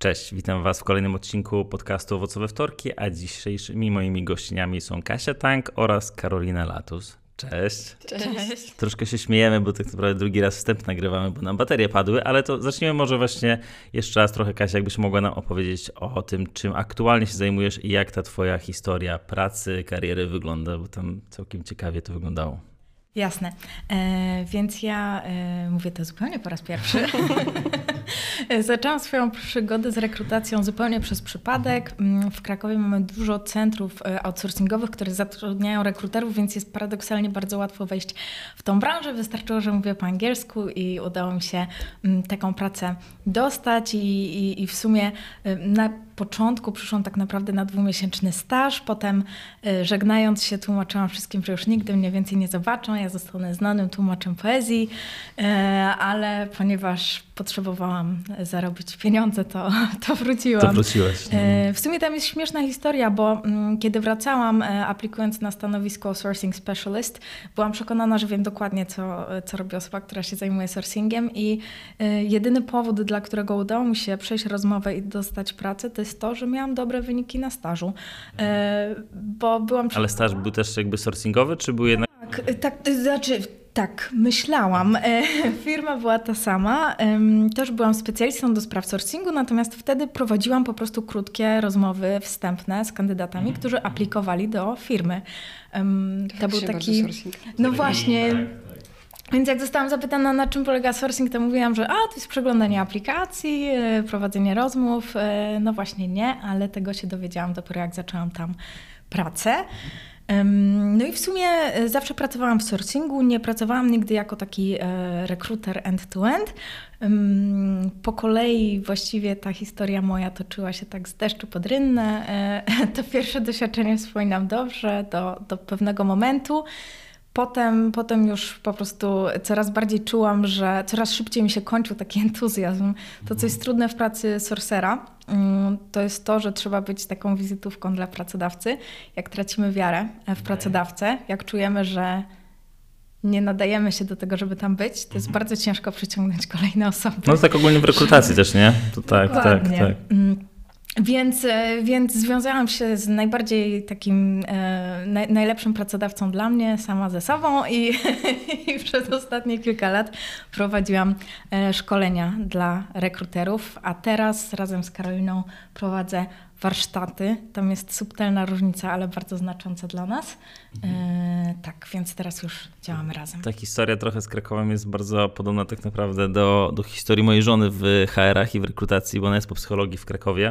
Cześć, witam Was w kolejnym odcinku podcastu Owocowe Wtorki, a dzisiejszymi moimi gościniami są Kasia Tank oraz Karolina Latus. Cześć. Cześć. Troszkę się śmiejemy, bo tak naprawdę drugi raz wstęp nagrywamy, bo nam baterie padły, ale to zacznijmy może właśnie jeszcze raz trochę, Kasia, jakbyś mogła nam opowiedzieć o tym, czym aktualnie się zajmujesz i jak ta twoja historia pracy, kariery wygląda, bo tam całkiem ciekawie to wyglądało. Jasne. Więc ja mówię to zupełnie po raz pierwszy. Zaczęłam swoją przygodę z rekrutacją zupełnie przez przypadek. W Krakowie mamy dużo centrów outsourcingowych, które zatrudniają rekruterów, więc jest paradoksalnie bardzo łatwo wejść w tą branżę. Wystarczyło, że mówię po angielsku i udało mi się taką pracę dostać i w sumie na początku przyszłam tak naprawdę na 2-miesięczny staż, potem żegnając się tłumaczyłam wszystkim, że już nigdy mnie więcej nie zobaczą. Ja zostanę znanym tłumaczem poezji, ale ponieważ potrzebowałam zarobić pieniądze, to wróciłam. To wróciłaś. W sumie tam jest śmieszna historia, bo kiedy wracałam, aplikując na stanowisko sourcing specialist, byłam przekonana, że wiem dokładnie, co robi osoba, która się zajmuje sourcingiem i jedyny powód, dla którego udało mi się przejść rozmowę i dostać pracę, to jest to, że miałam dobre wyniki na stażu. Bo byłam Ale staż był też jakby sourcingowy, czy był jednak... Tak, myślałam. Firma była ta sama. Też byłam specjalistą do spraw sourcingu, natomiast wtedy prowadziłam po prostu krótkie rozmowy wstępne z kandydatami, którzy aplikowali do firmy. To był taki... No właśnie... Więc jak zostałam zapytana, na czym polega sourcing, to mówiłam, że to jest przeglądanie aplikacji, prowadzenie rozmów. No właśnie nie, ale tego się dowiedziałam dopiero jak zaczęłam tam pracę. No i w sumie zawsze pracowałam w sourcingu, nie pracowałam nigdy jako taki rekruter end-to-end. Po kolei właściwie ta historia moja toczyła się tak z deszczu pod rynnę. To pierwsze doświadczenie wspominam dobrze do pewnego momentu. Potem już po prostu coraz bardziej czułam, że coraz szybciej mi się kończył taki entuzjazm. To, co jest trudne w pracy sourcera, to jest to, że trzeba być taką wizytówką dla pracodawcy. Jak tracimy wiarę w pracodawcę, jak czujemy, że nie nadajemy się do tego, żeby tam być, to jest bardzo ciężko przyciągnąć kolejne osoby. No tak ogólnie w rekrutacji też, nie? To tak. Więc związałam się z najbardziej takim najlepszym pracodawcą dla mnie, sama ze sobą i przez ostatnie kilka lat prowadziłam szkolenia dla rekruterów, a teraz razem z Karoliną prowadzę warsztaty. Tam jest subtelna różnica, ale bardzo znacząca dla nas. Tak, więc teraz już działamy razem. Ta historia trochę z Krakowem jest bardzo podobna tak naprawdę do historii mojej żony w HR-ach i w rekrutacji, bo ona jest po psychologii w Krakowie.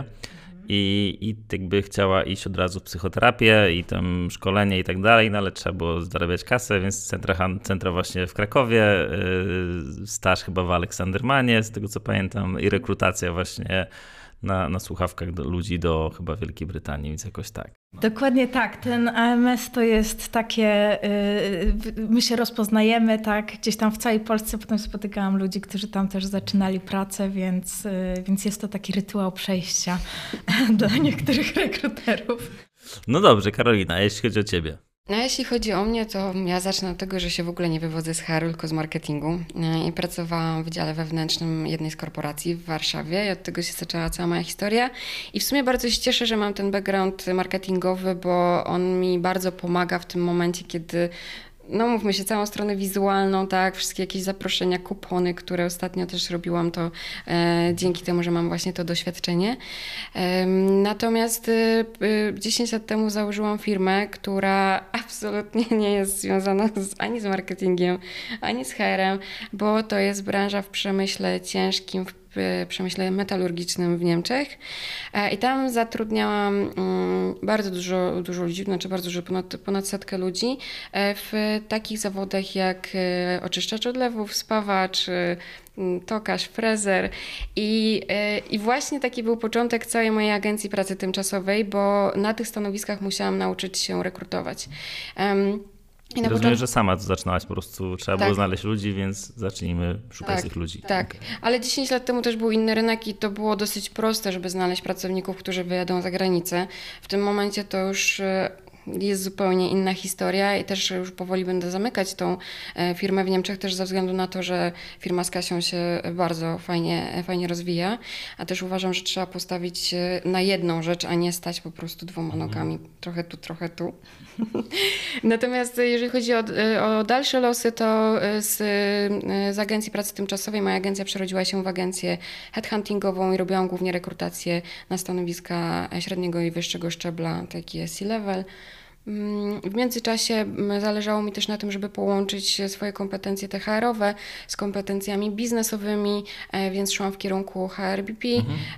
I jakby chciała iść od razu w psychoterapię i tam szkolenie i tak dalej, no ale trzeba było zarabiać kasę, więc centra właśnie w Krakowie, staż chyba w Aleksandermanie, z tego co pamiętam, i rekrutacja właśnie na słuchawkach do ludzi do chyba Wielkiej Brytanii, więc jakoś tak. Dokładnie tak. Ten AMS to jest takie, my się rozpoznajemy, tak, gdzieś tam w całej Polsce potem spotykałam ludzi, którzy tam też zaczynali pracę, więc jest to taki rytuał przejścia dla niektórych rekruterów. No dobrze, Karolina, jeśli chodzi o ciebie. No jeśli chodzi o mnie, to ja zacznę od tego, że się w ogóle nie wywodzę z HR-u, tylko z marketingu i pracowałam w dziale wewnętrznym jednej z korporacji w Warszawie i od tego się zaczęła cała moja historia i w sumie bardzo się cieszę, że mam ten background marketingowy, bo on mi bardzo pomaga w tym momencie, kiedy no mówmy się, całą stronę wizualną, tak, wszystkie jakieś zaproszenia, kupony, które ostatnio też robiłam, to dzięki temu, że mam właśnie to doświadczenie. Natomiast 10 lat temu założyłam firmę, która absolutnie nie jest związana ani z marketingiem, ani z HR-em, bo to jest branża w przemyśle ciężkim, w przemyśle metalurgicznym w Niemczech i tam zatrudniałam bardzo dużo ludzi, znaczy bardzo dużo, ponad 100 ludzi w takich zawodach jak oczyszczacz odlewów, spawacz, tokarz, frezer i właśnie taki był początek całej mojej agencji pracy tymczasowej, bo na tych stanowiskach musiałam nauczyć się rekrutować. I rozumiem, że sama to zaczynałaś, po prostu trzeba było znaleźć ludzi, więc zacznijmy szukać tych ludzi. Tak, ale 10 lat temu też był inny rynek i to było dosyć proste, żeby znaleźć pracowników, którzy wyjadą za granicę. W tym momencie to już jest zupełnie inna historia i też już powoli będę zamykać tą firmę w Niemczech też ze względu na to, że firma z Kasią się bardzo fajnie rozwija, a też uważam, że trzeba postawić na jedną rzecz, a nie stać po prostu dwoma nogami, trochę tu. Natomiast jeżeli chodzi o dalsze losy, to z agencji pracy tymczasowej moja agencja przerodziła się w agencję headhuntingową i robiłam głównie rekrutację na stanowiska średniego i wyższego szczebla, takie C-level. W międzyczasie zależało mi też na tym, żeby połączyć swoje kompetencje HR-owe z kompetencjami biznesowymi, więc szłam w kierunku HRBP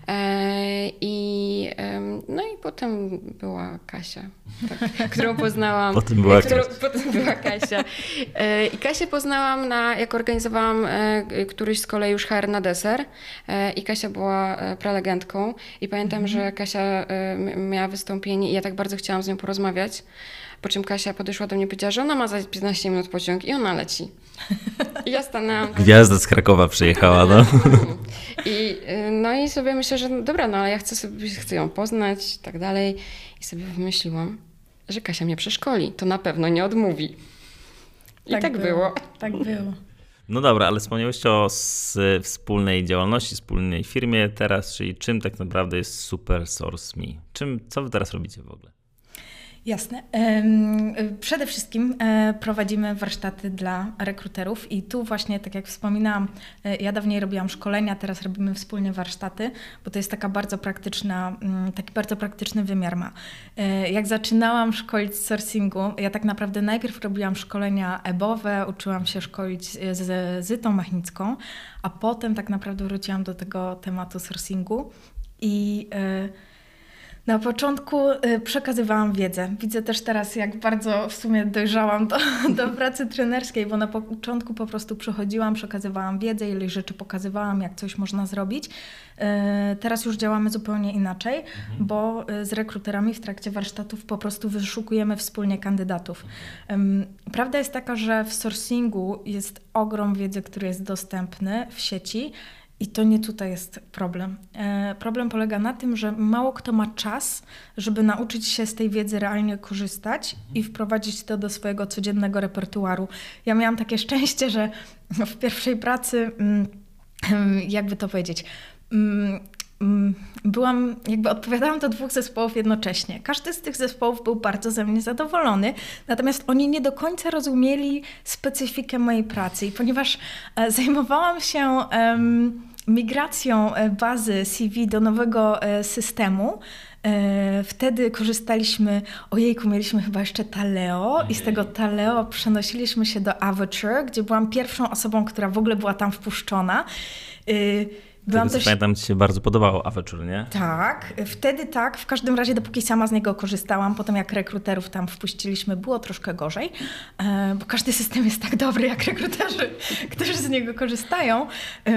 no i potem była Kasia, tak, którą poznałam. Potem była Kasia. I Kasię poznałam, jak organizowałam któryś z kolei już HR na deser i Kasia była prelegentką i pamiętam, że Kasia miała wystąpienie i ja tak bardzo chciałam z nią porozmawiać. Po czym Kasia podeszła do mnie i powiedziała, że ona ma za 15 minut pociąg i ona leci. I ja stanęłam... Gwiazda z Krakowa przyjechała, no. I sobie myślę, że dobra, ale ja chcę ją poznać i tak dalej. I sobie wymyśliłam, że Kasia mnie przeszkoli. To na pewno nie odmówi. I tak było. Tak było. No dobra, ale wspomniałeś o wspólnej działalności, wspólnej firmie teraz, czyli czym tak naprawdę jest SuperSource.me? Co wy teraz robicie w ogóle? Jasne. Przede wszystkim prowadzimy warsztaty dla rekruterów i tu właśnie, tak jak wspominałam, ja dawniej robiłam szkolenia, teraz robimy wspólnie warsztaty, bo to jest taki bardzo praktyczny wymiar ma. Jak zaczynałam szkolić z sourcingu, ja tak naprawdę najpierw robiłam szkolenia EBOwe, uczyłam się szkolić z Zytą Machnicką, a potem tak naprawdę wróciłam do tego tematu sourcingu i na początku przekazywałam wiedzę. Widzę też teraz, jak bardzo w sumie dojrzałam do pracy trenerskiej, bo na początku po prostu przychodziłam, przekazywałam wiedzę, ileś rzeczy pokazywałam, jak coś można zrobić. Teraz już działamy zupełnie inaczej, bo z rekruterami w trakcie warsztatów po prostu wyszukujemy wspólnie kandydatów. Prawda jest taka, że w sourcingu jest ogrom wiedzy, który jest dostępny w sieci. I to nie tutaj jest problem. Problem polega na tym, że mało kto ma czas, żeby nauczyć się z tej wiedzy realnie korzystać i wprowadzić to do swojego codziennego repertuaru. Ja miałam takie szczęście, że w pierwszej pracy, jakby to powiedzieć, odpowiadałam do 2 zespołów jednocześnie. Każdy z tych zespołów był bardzo ze mnie zadowolony, natomiast oni nie do końca rozumieli specyfikę mojej pracy. I ponieważ zajmowałam się migracją bazy CV do nowego systemu, wtedy mieliśmy chyba jeszcze Taleo i z tego Taleo przenosiliśmy się do Avature, gdzie byłam pierwszą osobą, która w ogóle była tam wpuszczona. Pamiętam, ci się bardzo podobało Avature, nie? Tak, wtedy tak, w każdym razie dopóki sama z niego korzystałam, potem jak rekruterów tam wpuściliśmy, było troszkę gorzej, bo każdy system jest tak dobry jak rekruterzy, którzy z niego korzystają.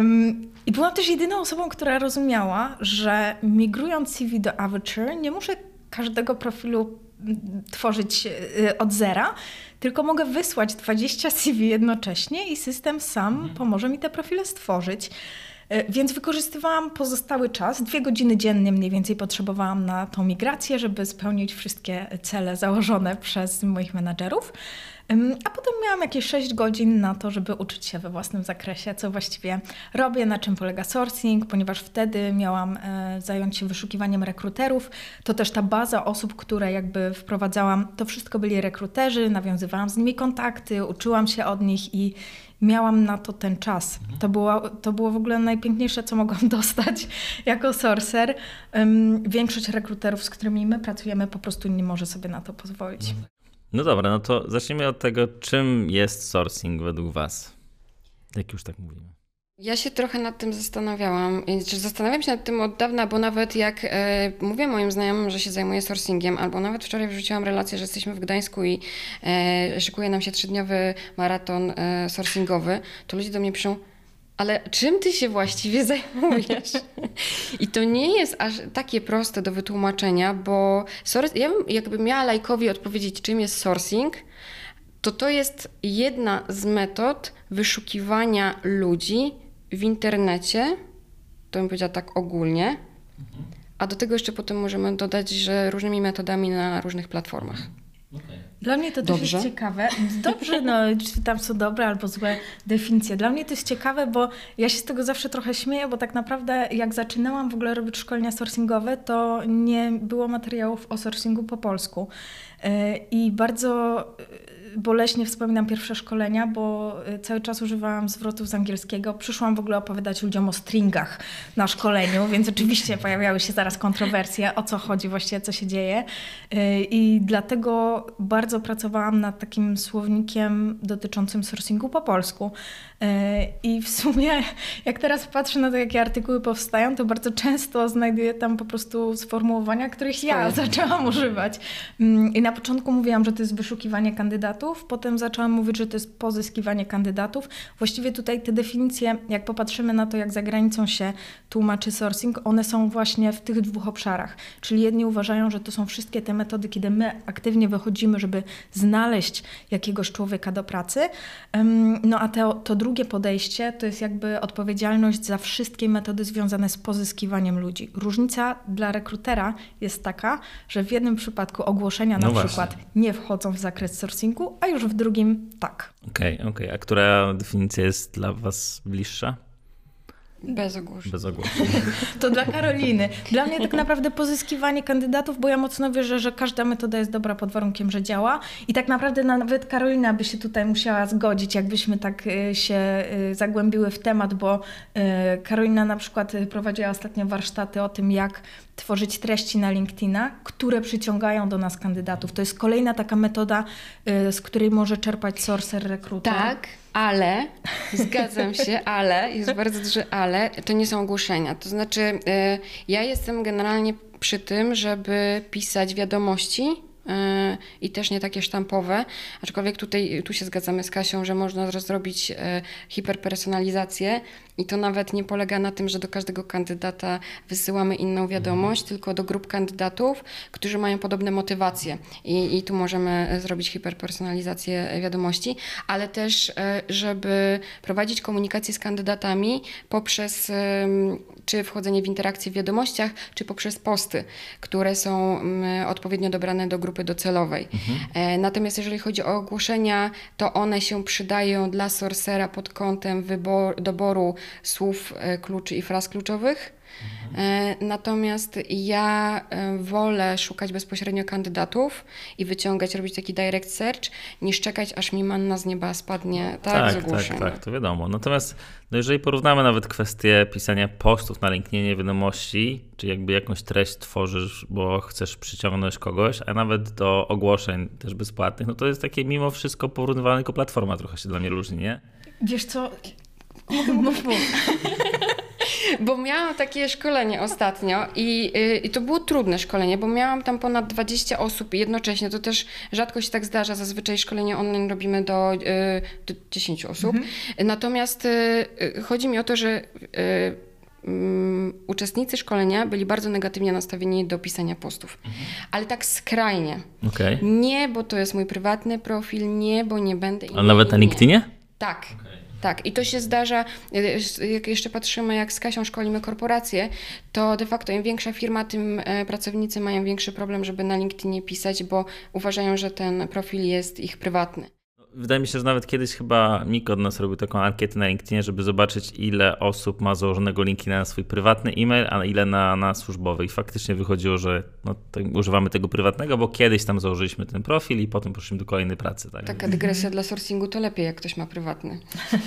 I byłam też jedyną osobą, która rozumiała, że migrując CV do Avature nie muszę każdego profilu tworzyć od zera, tylko mogę wysłać 20 CV jednocześnie i system sam pomoże mi te profile stworzyć. Więc wykorzystywałam pozostały czas, 2 godziny dziennie mniej więcej potrzebowałam na tą migrację, żeby spełnić wszystkie cele założone przez moich menadżerów. A potem miałam jakieś 6 godzin na to, żeby uczyć się we własnym zakresie, co właściwie robię, na czym polega sourcing, ponieważ wtedy miałam zająć się wyszukiwaniem rekruterów. To też ta baza osób, które jakby wprowadzałam, to wszystko byli rekruterzy, nawiązywałam z nimi kontakty, uczyłam się od nich i miałam na to ten czas. To było w ogóle najpiękniejsze, co mogłam dostać jako sourcer. Większość rekruterów, z którymi my pracujemy, po prostu nie może sobie na to pozwolić. No dobra, no to zacznijmy od tego, czym jest sourcing według was? Jak już tak mówimy. Ja się trochę nad tym zastanawiałam. Zastanawiam się nad tym od dawna, bo nawet jak mówię moim znajomym, że się zajmuję sourcingiem, albo nawet wczoraj wrzuciłam relację, że jesteśmy w Gdańsku i szykuje nam się 3-dniowy maraton sourcingowy, to ludzie do mnie piszą, ale czym ty się właściwie zajmujesz? I to nie jest aż takie proste do wytłumaczenia, bo ja bym jakby miała laikowi odpowiedzieć, czym jest sourcing, to jest jedna z metod wyszukiwania ludzi w internecie, to bym powiedziała tak ogólnie, a do tego jeszcze potem możemy dodać, że różnymi metodami na różnych platformach. Dla mnie to też jest ciekawe. Dobrze, no czy tam są dobre albo złe definicje. Dla mnie to jest ciekawe, bo ja się z tego zawsze trochę śmieję, bo tak naprawdę jak zaczynałam w ogóle robić szkolenia sourcingowe, to nie było materiałów o sourcingu po polsku. I bardzo boleśnie wspominam pierwsze szkolenia, bo cały czas używałam zwrotów z angielskiego. Przyszłam w ogóle opowiadać ludziom o stringach na szkoleniu, więc oczywiście pojawiały się zaraz kontrowersje, o co chodzi właściwie, co się dzieje. I dlatego bardzo pracowałam nad takim słownikiem dotyczącym sourcingu po polsku. I w sumie, jak teraz patrzę na to, jakie artykuły powstają, to bardzo często znajduję tam po prostu sformułowania, których ja zaczęłam używać. I na początku mówiłam, że to jest wyszukiwanie kandydatów, potem zaczęłam mówić, że to jest pozyskiwanie kandydatów. Właściwie tutaj te definicje, jak popatrzymy na to, jak za granicą się tłumaczy sourcing, one są właśnie w tych dwóch obszarach. Czyli jedni uważają, że to są wszystkie te metody, kiedy my aktywnie wychodzimy, żeby znaleźć jakiegoś człowieka do pracy. No a to drugie podejście to jest jakby odpowiedzialność za wszystkie metody związane z pozyskiwaniem ludzi. Różnica dla rekrutera jest taka, że w jednym przypadku ogłoszenia na przykład nie wchodzą w zakres sourcingu, a już w drugim tak. Okej. A która definicja jest dla was bliższa? Bez ogłoszeń. To dla Karoliny. Dla mnie tak naprawdę pozyskiwanie kandydatów, bo ja mocno wierzę, że każda metoda jest dobra pod warunkiem, że działa. I tak naprawdę nawet Karolina by się tutaj musiała zgodzić, jakbyśmy tak się zagłębiły w temat, bo Karolina na przykład prowadziła ostatnio warsztaty o tym, jak tworzyć treści na LinkedIna, które przyciągają do nas kandydatów. To jest kolejna taka metoda, z której może czerpać sourcer, rekruter. Tak, ale, zgadzam się, ale, jest bardzo duże ale, to nie są ogłoszenia. To znaczy, ja jestem generalnie przy tym, żeby pisać wiadomości i też nie takie sztampowe, aczkolwiek tu się zgadzamy z Kasią, że można zrobić hiperpersonalizację i to nawet nie polega na tym, że do każdego kandydata wysyłamy inną wiadomość, tylko do grup kandydatów, którzy mają podobne motywacje i tu możemy zrobić hiperpersonalizację wiadomości, ale też, żeby prowadzić komunikację z kandydatami poprzez czy wchodzenie w interakcję w wiadomościach, czy poprzez posty, które są odpowiednio dobrane do grupy docelowej. Natomiast jeżeli chodzi o ogłoszenia, to one się przydają dla sourcera pod kątem doboru słów kluczy i fraz kluczowych. Natomiast ja wolę szukać bezpośrednio kandydatów i robić taki direct search, niż czekać, aż mi manna z nieba spadnie z ogłoszenia. Tak, to wiadomo. Natomiast jeżeli porównamy nawet kwestię pisania postów na LinkedInie, wiadomości, czy jakby jakąś treść tworzysz, bo chcesz przyciągnąć kogoś, a nawet do ogłoszeń też bezpłatnych, no to jest takie mimo wszystko porównywalne, tylko platforma trochę się dla mnie różni, nie? Wiesz co? Mów. Bo miałam takie szkolenie ostatnio i to było trudne szkolenie, bo miałam tam ponad 20 osób jednocześnie. To też rzadko się tak zdarza. Zazwyczaj szkolenie online robimy do 10 osób. Natomiast chodzi mi o to, że uczestnicy szkolenia byli bardzo negatywnie nastawieni do pisania postów. Ale tak skrajnie. Okay. Nie, bo to jest mój prywatny profil, nie, bo nie będę... A nawet na LinkedInie? Tak. Tak, i to się zdarza, jak jeszcze patrzymy, jak z Kasią szkolimy korporacje, to de facto im większa firma, tym pracownicy mają większy problem, żeby na LinkedInie pisać, bo uważają, że ten profil jest ich prywatny. Wydaje mi się, że nawet kiedyś chyba Miko od nas robił taką ankietę na LinkedInie, żeby zobaczyć, ile osób ma założonego LinkedIna na swój prywatny e-mail, a ile na służbowy. I faktycznie wychodziło, że używamy tego prywatnego, bo kiedyś tam założyliśmy ten profil i potem poszliśmy do kolejnej pracy. Tak? Taka dygresja dla sourcingu to lepiej, jak ktoś ma prywatny.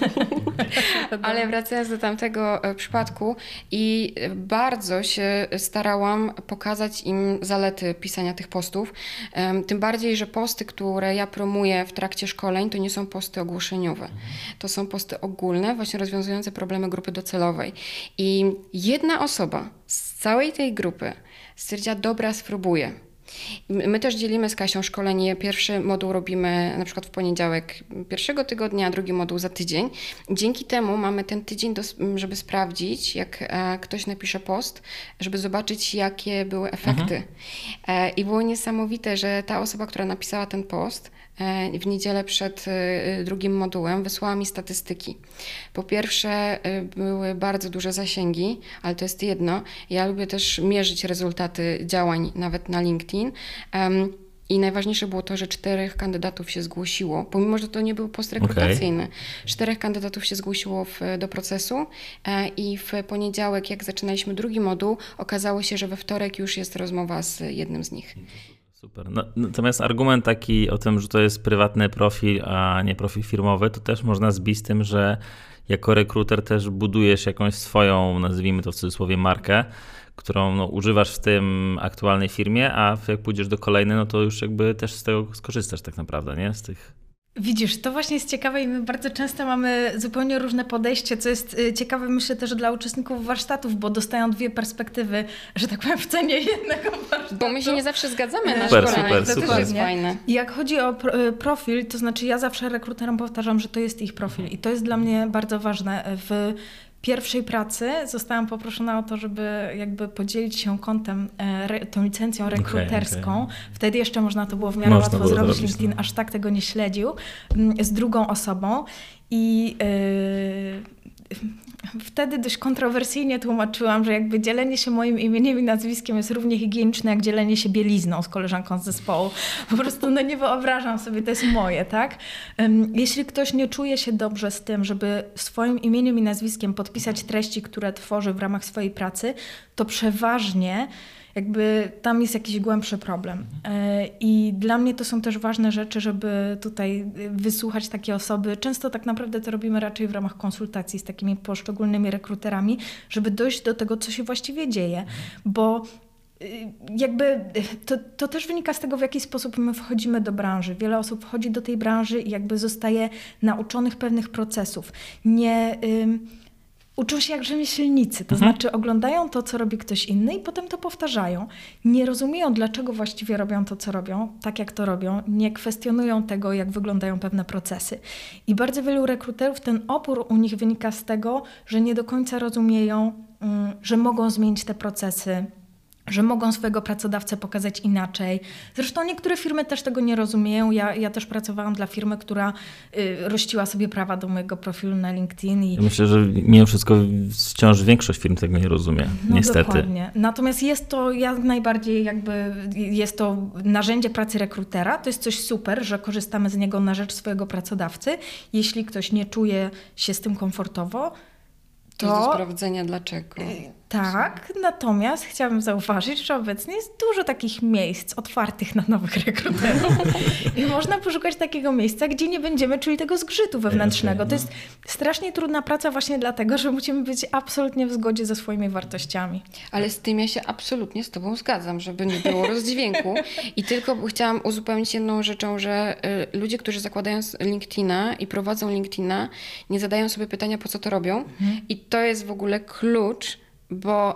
Ale wracając do tamtego przypadku i bardzo się starałam pokazać im zalety pisania tych postów. Tym bardziej, że posty, które ja promuję w trakcie szkoleń, to nie są posty ogłoszeniowe. To są posty ogólne, właśnie rozwiązujące problemy grupy docelowej. I jedna osoba z całej tej grupy stwierdziła, dobra, spróbuję. My też dzielimy z Kasią szkolenie. Pierwszy moduł robimy na przykład w poniedziałek pierwszego tygodnia, a drugi moduł za tydzień. Dzięki temu mamy ten tydzień, żeby sprawdzić, jak ktoś napisze post, żeby zobaczyć, jakie były efekty. I było niesamowite, że ta osoba, która napisała ten post, w niedzielę przed drugim modułem wysłała mi statystyki. Po pierwsze, były bardzo duże zasięgi, ale to jest jedno. Ja lubię też mierzyć rezultaty działań nawet na LinkedIn. I najważniejsze było to, że 4 kandydatów się zgłosiło, pomimo, że to nie był post rekrutacyjny. 4 kandydatów się zgłosiło do procesu i w poniedziałek, jak zaczynaliśmy drugi moduł, okazało się, że we wtorek już jest rozmowa z jednym z nich. Super. No, natomiast argument taki o tym, że to jest prywatny profil, a nie profil firmowy, to też można zbić z tym, że jako rekruter też budujesz jakąś swoją, nazwijmy to w cudzysłowie, markę, którą używasz w tym aktualnej firmie, a jak pójdziesz do kolejnej, no to już jakby też z tego skorzystasz tak naprawdę, nie? Z tych... Widzisz, to właśnie jest ciekawe i my bardzo często mamy zupełnie różne podejście, co jest ciekawe, myślę, też dla uczestników warsztatów, bo dostają 2 perspektywy, że tak powiem, w cenie jednego warsztatu. Bo my się nie zawsze zgadzamy na super, szkoleniach, to też jest fajne. I jak chodzi o profil, to znaczy ja zawsze rekruterom powtarzam, że to jest ich profil i to jest dla mnie bardzo ważne. W pierwszej pracy zostałam poproszona o to, żeby jakby podzielić się kontem, tą licencją rekruterską. Okay. Wtedy jeszcze można to było w miarę łatwo zrobić. LinkedIn aż tak tego nie śledził. Z drugą osobą i wtedy dość kontrowersyjnie tłumaczyłam, że jakby dzielenie się moim imieniem i nazwiskiem jest równie higieniczne, jak dzielenie się bielizną z koleżanką z zespołu. Po prostu nie wyobrażam sobie, to jest moje, tak? Jeśli ktoś nie czuje się dobrze z tym, żeby swoim imieniem i nazwiskiem podpisać treści, które tworzy w ramach swojej pracy, to przeważnie jakby tam jest jakiś głębszy problem. I dla mnie to są też ważne rzeczy, żeby tutaj wysłuchać takie osoby. Często tak naprawdę to robimy raczej w ramach konsultacji z takimi poszczególnymi rekruterami, żeby dojść do tego, co się właściwie dzieje. Bo jakby to też wynika z tego, w jaki sposób my wchodzimy do branży. Wiele osób wchodzi do tej branży i jakby zostaje nauczonych pewnych procesów. Uczą się jak rzemieślnicy, to znaczy oglądają to, co robi ktoś inny i potem to powtarzają. Nie rozumieją, dlaczego właściwie robią to, co robią, tak jak to robią, nie kwestionują tego, jak wyglądają pewne procesy. I bardzo wielu rekruterów, ten opór u nich wynika z tego, że nie do końca rozumieją, że mogą zmienić te procesy, że mogą swojego pracodawcę pokazać inaczej. Zresztą niektóre firmy też tego nie rozumieją. Ja też pracowałam dla firmy, która rościła sobie prawa do mojego profilu na LinkedIn. Ja myślę, że mimo wszystko wciąż większość firm tego nie rozumie, niestety. Dokładnie. Natomiast jest to jak najbardziej jest to narzędzie pracy rekrutera. To jest coś super, że korzystamy z niego na rzecz swojego pracodawcy. Jeśli ktoś nie czuje się z tym komfortowo, to jest do sprawdzenia dlaczego. Tak, natomiast chciałabym zauważyć, że obecnie jest dużo takich miejsc otwartych na nowych rekruterów i można poszukać takiego miejsca, gdzie nie będziemy czuli tego zgrzytu wewnętrznego. To jest strasznie trudna praca właśnie dlatego, że musimy być absolutnie w zgodzie ze swoimi wartościami. Ale z tym ja się absolutnie z Tobą zgadzam, żeby nie było rozdźwięku. I tylko chciałam uzupełnić jedną rzeczą, że ludzie, którzy zakładają LinkedIna i prowadzą LinkedIna, nie zadają sobie pytania, po co to robią. I to jest w ogóle klucz, bo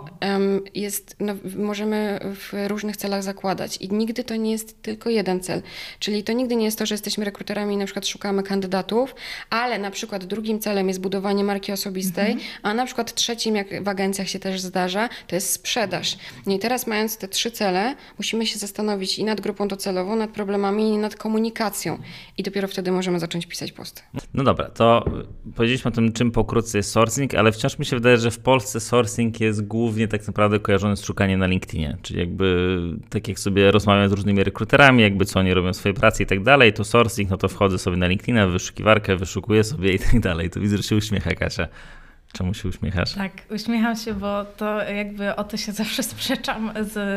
możemy w różnych celach zakładać i nigdy to nie jest tylko jeden cel. Czyli to nigdy nie jest to, że jesteśmy rekruterami i na przykład szukamy kandydatów, ale na przykład drugim celem jest budowanie marki osobistej, a na przykład trzecim, jak w agencjach się też zdarza, to jest sprzedaż. No i teraz mając te 3 cele, musimy się zastanowić i nad grupą docelową, nad problemami i nad komunikacją. I dopiero wtedy możemy zacząć pisać posty. No dobra, to powiedzieliśmy o tym, czym pokrótce jest sourcing, ale wciąż mi się wydaje, że w Polsce sourcing jest głównie tak naprawdę kojarzony z szukaniem na LinkedInie, czyli jakby tak jak sobie rozmawiam z różnymi rekruterami, jakby co oni robią w swojej pracy i tak dalej, to sourcing, no to wchodzę sobie na LinkedIna, w wyszukiwarkę, wyszukuję sobie i tak dalej. To widzę, że się uśmiecha Kasia. Czemu się uśmiechasz? Tak, uśmiecham się, bo to jakby o to się zawsze sprzeczam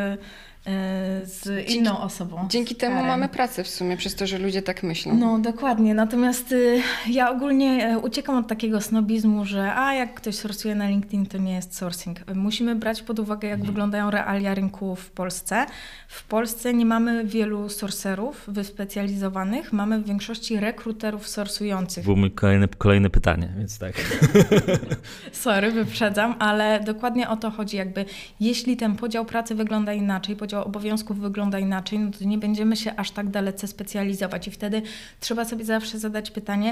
z inną osobą. Dzięki temu mamy pracę w sumie, przez to, że ludzie tak myślą. No dokładnie, natomiast ja ogólnie uciekam od takiego snobizmu, że jak ktoś sourcuje na LinkedIn, to nie jest sourcing. Musimy brać pod uwagę, jak wyglądają realia rynku w Polsce. W Polsce nie mamy wielu sourcerów wyspecjalizowanych, mamy w większości rekruterów sourcujących. Było mój kolejne pytanie, więc tak. Sorry, wyprzedzam, ale dokładnie o to chodzi. Jakby jeśli ten podział pracy wygląda inaczej, podział obowiązków wygląda inaczej, no to nie będziemy się aż tak dalece specjalizować i wtedy trzeba sobie zawsze zadać pytanie,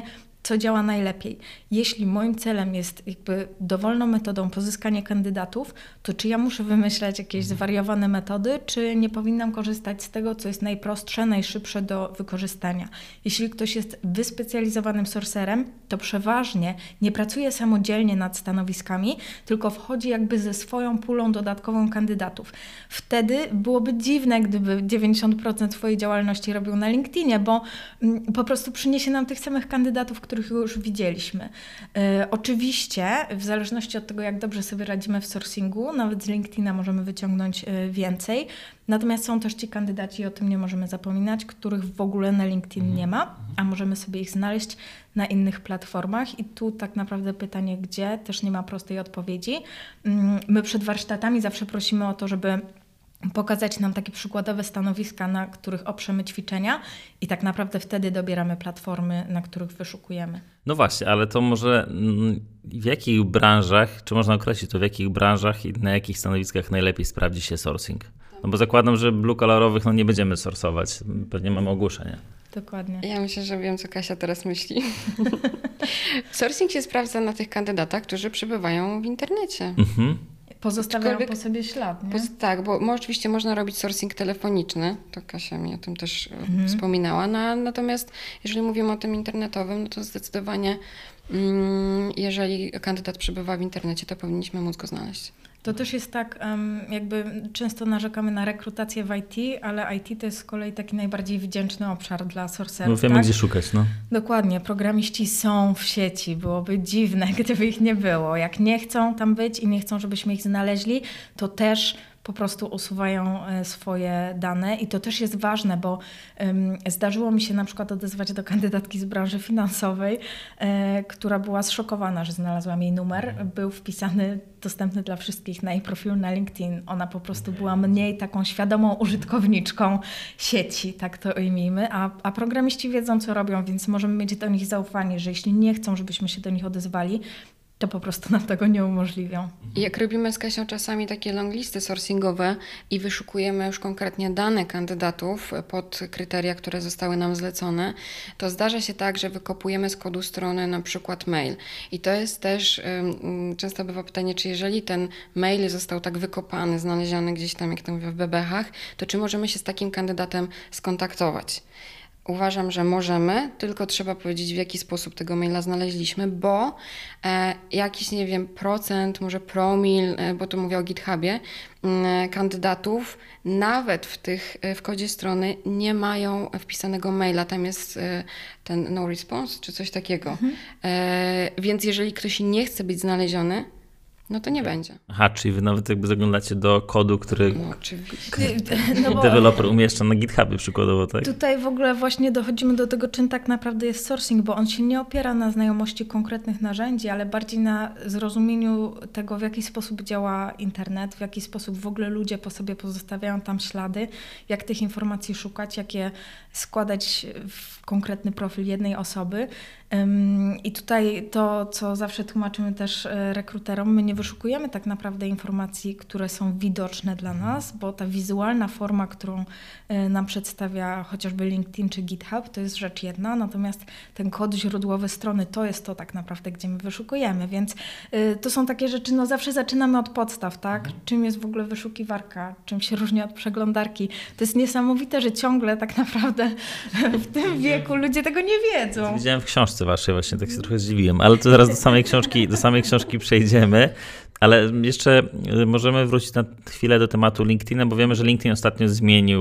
co działa najlepiej. Jeśli moim celem jest jakby dowolną metodą pozyskanie kandydatów, to czy ja muszę wymyślać jakieś zwariowane metody, czy nie powinnam korzystać z tego, co jest najprostsze, najszybsze do wykorzystania. Jeśli ktoś jest wyspecjalizowanym sourcerem, to przeważnie nie pracuje samodzielnie nad stanowiskami, tylko wchodzi jakby ze swoją pulą dodatkową kandydatów. Wtedy byłoby dziwne, gdyby 90% swojej działalności robił na LinkedInie, bo po prostu przyniesie nam tych samych kandydatów, których już widzieliśmy. Oczywiście, w zależności od tego, jak dobrze sobie radzimy w sourcingu, nawet z LinkedIna możemy wyciągnąć więcej. Natomiast są też ci kandydaci, o tym nie możemy zapominać, których w ogóle na LinkedIn nie ma, a możemy sobie ich znaleźć na innych platformach. I tu tak naprawdę pytanie, gdzie, też nie ma prostej odpowiedzi. My przed warsztatami zawsze prosimy o to, żeby pokazać nam takie przykładowe stanowiska, na których oprzemy ćwiczenia i tak naprawdę wtedy dobieramy platformy, na których wyszukujemy. No właśnie, ale to może w jakich branżach, czy można określić to, w jakich branżach i na jakich stanowiskach najlepiej sprawdzi się sourcing? No bo zakładam, że blue-colorowych nie będziemy sourcować, pewnie mamy ogłoszenia. Dokładnie. Ja myślę, że wiem, co Kasia teraz myśli. Sourcing się sprawdza na tych kandydatach, którzy przebywają w internecie. Pozostawiają po sobie ślad, nie? Tak, bo oczywiście można robić sourcing telefoniczny, to Kasia mi o tym też wspominała, natomiast jeżeli mówimy o tym internetowym, no to zdecydowanie jeżeli kandydat przebywa w internecie, to powinniśmy móc go znaleźć. To też jest tak, jakby często narzekamy na rekrutację w IT, ale IT to jest z kolei taki najbardziej wdzięczny obszar dla sourcerów. No wiemy, tak? gdzie szukać, no. Dokładnie, programiści są w sieci, byłoby dziwne, gdyby ich nie było. Jak nie chcą tam być i nie chcą, żebyśmy ich znaleźli, to też po prostu usuwają swoje dane i to też jest ważne, bo zdarzyło mi się na przykład odezwać do kandydatki z branży finansowej, która była zszokowana, że znalazłam jej numer. Był wpisany, dostępny dla wszystkich na jej profilu na LinkedIn. Ona po prostu była mniej taką świadomą użytkowniczką sieci, tak to ujmijmy, a programiści wiedzą, co robią, więc możemy mieć do nich zaufanie, że jeśli nie chcą, żebyśmy się do nich odezwali, to po prostu nam tego nie umożliwią. Jak robimy z Kasią czasami takie longlisty sourcingowe i wyszukujemy już konkretnie dane kandydatów pod kryteria, które zostały nam zlecone, to zdarza się tak, że wykopujemy z kodu strony na przykład mail. I to jest też, często bywa pytanie, czy jeżeli ten mail został tak wykopany, znaleziony gdzieś tam, jak to mówię, w bebechach, to czy możemy się z takim kandydatem skontaktować? Uważam, że możemy, tylko trzeba powiedzieć, w jaki sposób tego maila znaleźliśmy, bo jakiś, nie wiem, procent, może promil, bo tu mówię o GitHubie, kandydatów nawet w kodzie strony nie mają wpisanego maila. Tam jest ten no response czy coś takiego. Więc jeżeli ktoś nie chce być znaleziony, no to nie będzie. Aha, czyli wy nawet jakby zaglądacie do kodu, który No deweloper umieszcza na GitHubie przykładowo, tak? Tutaj w ogóle właśnie dochodzimy do tego, czym tak naprawdę jest sourcing, bo on się nie opiera na znajomości konkretnych narzędzi, ale bardziej na zrozumieniu tego, w jaki sposób działa internet, w jaki sposób w ogóle ludzie po sobie pozostawiają tam ślady, jak tych informacji szukać, jak je składać w konkretny profil jednej osoby. I tutaj to, co zawsze tłumaczymy też rekruterom, my nie wyszukujemy tak naprawdę informacji, które są widoczne dla nas, bo ta wizualna forma, którą nam przedstawia chociażby LinkedIn czy GitHub, to jest rzecz jedna, natomiast ten kod źródłowy strony to jest to tak naprawdę, gdzie my wyszukujemy, więc to są takie rzeczy, no zawsze zaczynamy od podstaw, tak? Czym jest w ogóle wyszukiwarka, czym się różni od przeglądarki. To jest niesamowite, że ciągle tak naprawdę w tym wieku ludzie tego nie wiedzą. Widziałem w książce waszej, właśnie tak się trochę zdziwiłem, ale to zaraz do samej książki przejdziemy. Ale jeszcze możemy wrócić na chwilę do tematu LinkedIna, bo wiemy, że LinkedIn ostatnio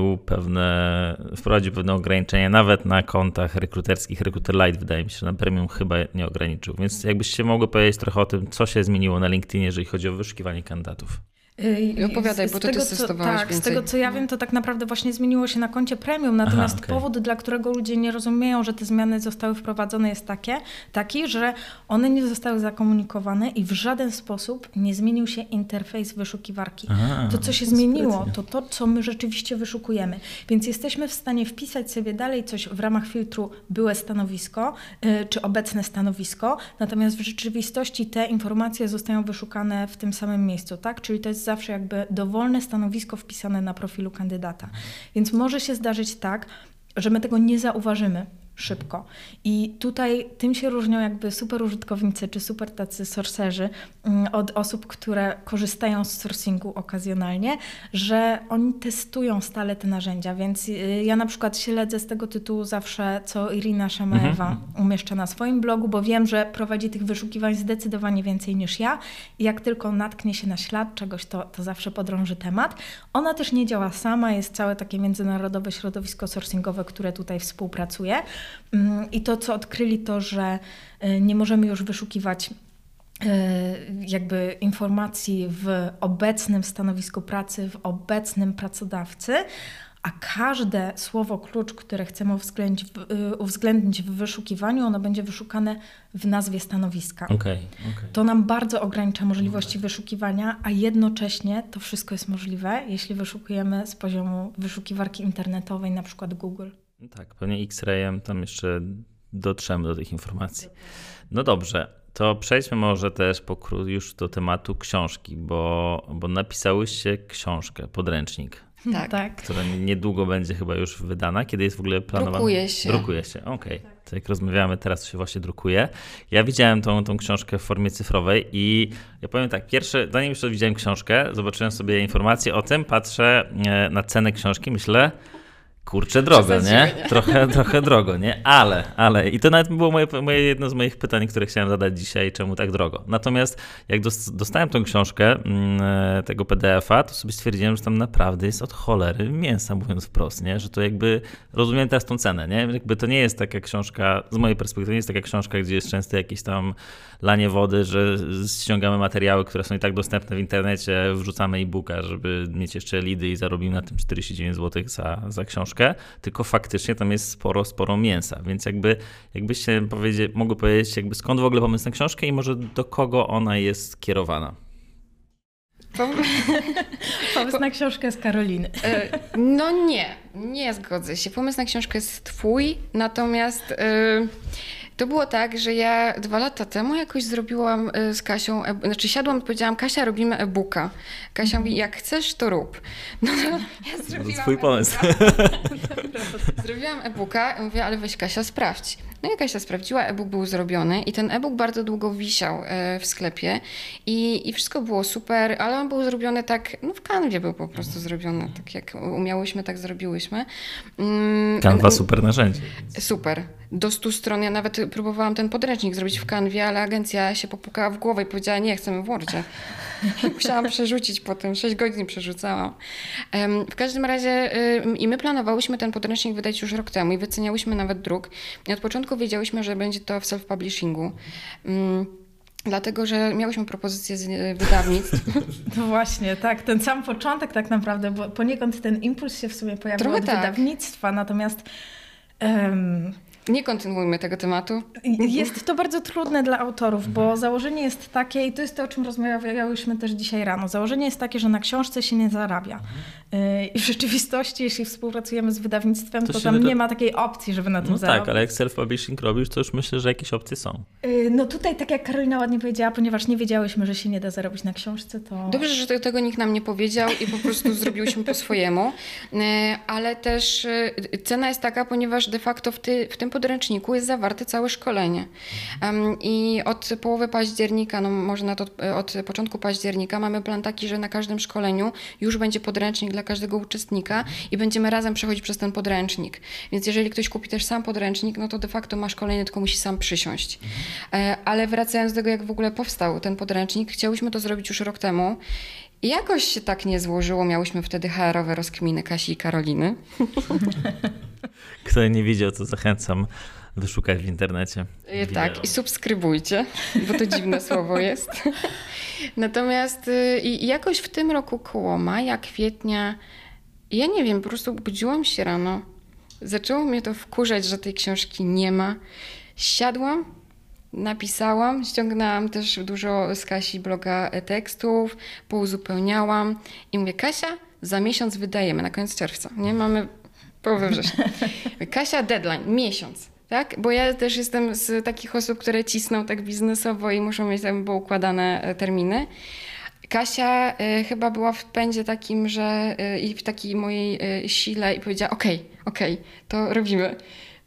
wprowadził pewne ograniczenia, nawet na kontach rekruterskich. Recruiter Lite wydaje mi się, że na premium chyba nie ograniczył. Więc jakbyście mogły powiedzieć trochę o tym, co się zmieniło na LinkedInie, jeżeli chodzi o wyszukiwanie kandydatów. Opowiadaj, bo ty testowałaś więcej. Z tego, co ja wiem, to tak naprawdę właśnie zmieniło się na koncie premium, natomiast powód, dla którego ludzie nie rozumieją, że te zmiany zostały wprowadzone, jest taki, że one nie zostały zakomunikowane i w żaden sposób nie zmienił się interfejs wyszukiwarki. To, co się zmieniło, to, co my rzeczywiście wyszukujemy. Więc jesteśmy w stanie wpisać sobie dalej coś w ramach filtru byłe stanowisko, czy obecne stanowisko, natomiast w rzeczywistości te informacje zostają wyszukane w tym samym miejscu, tak? Czyli to jest zawsze jakby dowolne stanowisko wpisane na profilu kandydata. Więc może się zdarzyć tak, że my tego nie zauważymy, szybko. I tutaj tym się różnią jakby super użytkownicy czy super tacy sourcerzy od osób, które korzystają z sourcingu okazjonalnie, że oni testują stale te narzędzia, więc ja na przykład śledzę z tego tytułu zawsze, co Irina Szemajewa umieszcza na swoim blogu, bo wiem, że prowadzi tych wyszukiwań zdecydowanie więcej niż ja i jak tylko natknie się na ślad czegoś, to zawsze podrąży temat. Ona też nie działa sama, jest całe takie międzynarodowe środowisko sourcingowe, które tutaj współpracuje. I to, co odkryli, to, że nie możemy już wyszukiwać jakby informacji w obecnym stanowisku pracy, w obecnym pracodawcy, a każde słowo klucz, które chcemy uwzględnić w wyszukiwaniu, ono będzie wyszukane w nazwie stanowiska. Okay. To nam bardzo ogranicza możliwości wyszukiwania, a jednocześnie to wszystko jest możliwe, jeśli wyszukujemy z poziomu wyszukiwarki internetowej, na przykład Google. Tak, pewnie X-Rayem tam jeszcze dotrzemy do tych informacji. No dobrze, to przejdźmy może też już do tematu książki, bo napisałyście książkę, podręcznik. Tak. Która niedługo będzie chyba już wydana. Kiedy jest w ogóle planowana? Drukuje się, okej. To jak rozmawiamy, teraz się właśnie drukuje. Ja widziałem tą książkę w formie cyfrowej i ja powiem tak, zanim jeszcze widziałem książkę, zobaczyłem sobie informacje o tym, patrzę na cenę książki, myślę, kurczę, drogo, nie? Trochę drogo, nie? Ale. I to nawet było jedno z moich pytań, które chciałem zadać dzisiaj, czemu tak drogo. Natomiast jak dostałem tą książkę, tego PDF-a, to sobie stwierdziłem, że tam naprawdę jest od cholery mięsa, mówiąc wprost, nie? Że to jakby, rozumiem teraz tą cenę, nie? Jakby to nie jest taka książka, z mojej perspektywy, nie jest taka książka, gdzie jest często jakieś tam lanie wody, że ściągamy materiały, które są i tak dostępne w internecie, wrzucamy e-booka, żeby mieć jeszcze lidy i zarobimy na tym 49 zł za książkę. Tylko faktycznie tam jest sporo mięsa, więc jakbyście mogły powiedzieć, jakby skąd w ogóle pomysł na książkę i może do kogo ona jest kierowana? Pomysł na książkę jest Karoliny. No nie zgodzę się. Pomysł na książkę jest twój, natomiast to było tak, że ja 2 lata temu jakoś zrobiłam z Kasią, siadłam i powiedziałam, Kasia, robimy e-booka. Kasia mówi, jak chcesz, to rób. No to ja zrobiłam to twój pomysł. Zrobiłam e-booka i mówię, ale weź Kasia, sprawdź. No i Kasia sprawdziła, e-book był zrobiony i ten e-book bardzo długo wisiał w sklepie i wszystko było super, ale on był zrobiony tak, w Canvie był po prostu zrobiony, tak jak umiałyśmy, tak zrobiłyśmy. Canva super narzędzie. Super. Do 100 stron. Ja nawet próbowałam ten podręcznik zrobić w Canvie, ale agencja się popukała w głowę i powiedziała, nie, chcemy w Wordzie. Musiałam przerzucić potem, 6 godzin przerzucałam. W każdym razie i my planowałyśmy ten podręcznik wydać już rok temu i wyceniałyśmy nawet druk. I od początku wiedziałyśmy, że będzie to w self-publishingu. Dlatego, że miałyśmy propozycję z wydawnictw. No właśnie, tak, ten sam początek tak naprawdę, bo poniekąd ten impuls się w sumie pojawił trochę od wydawnictwa, natomiast nie kontynuujmy tego tematu. Jest to bardzo trudne dla autorów, bo założenie jest takie, i to jest to, o czym rozmawiałyśmy też dzisiaj rano, założenie jest takie, że na książce się nie zarabia. I w rzeczywistości, jeśli współpracujemy z wydawnictwem, to tam nie ma takiej opcji, żeby na tym zarobić. Tak, ale jak self-publishing robisz, to już myślę, że jakieś opcje są. No tutaj, tak jak Karolina ładnie powiedziała, ponieważ nie wiedziałyśmy, że się nie da zarobić na książce, to... Dobrze, że tego nikt nam nie powiedział i po prostu zrobiłyśmy po swojemu, ale też cena jest taka, ponieważ de facto w tym podręczniku jest zawarte całe szkolenie. I od połowy października, może od początku października mamy plan taki, że na każdym szkoleniu już będzie podręcznik dla każdego uczestnika i będziemy razem przechodzić przez ten podręcznik. Więc jeżeli ktoś kupi też sam podręcznik, no to de facto ma szkolenie, tylko musi sam przysiąść. Ale wracając do tego, jak w ogóle powstał ten podręcznik, chciałyśmy to zrobić już rok temu. I jakoś się tak nie złożyło. Miałyśmy wtedy HR-owe rozkminy Kasi i Karoliny. Kto nie widział, to zachęcam wyszukać w internecie. Tak, i subskrybujcie, bo to dziwne słowo jest. Natomiast i jakoś w tym roku koło maja, kwietnia, ja nie wiem, po prostu budziłam się rano. Zaczęło mnie to wkurzać, że tej książki nie ma. Siadłam, napisałam, ściągnęłam też dużo z Kasi bloga tekstów, pouzupełniałam i mówię, Kasia, za miesiąc wydajemy, na koniec czerwca, nie? Mamy połowę września. Kasia, deadline, miesiąc, tak? Bo ja też jestem z takich osób, które cisną tak biznesowo i muszą mieć tam poukładane terminy. Kasia chyba była w pędzie takim, że i w takiej mojej sile i powiedziała, okej, to robimy.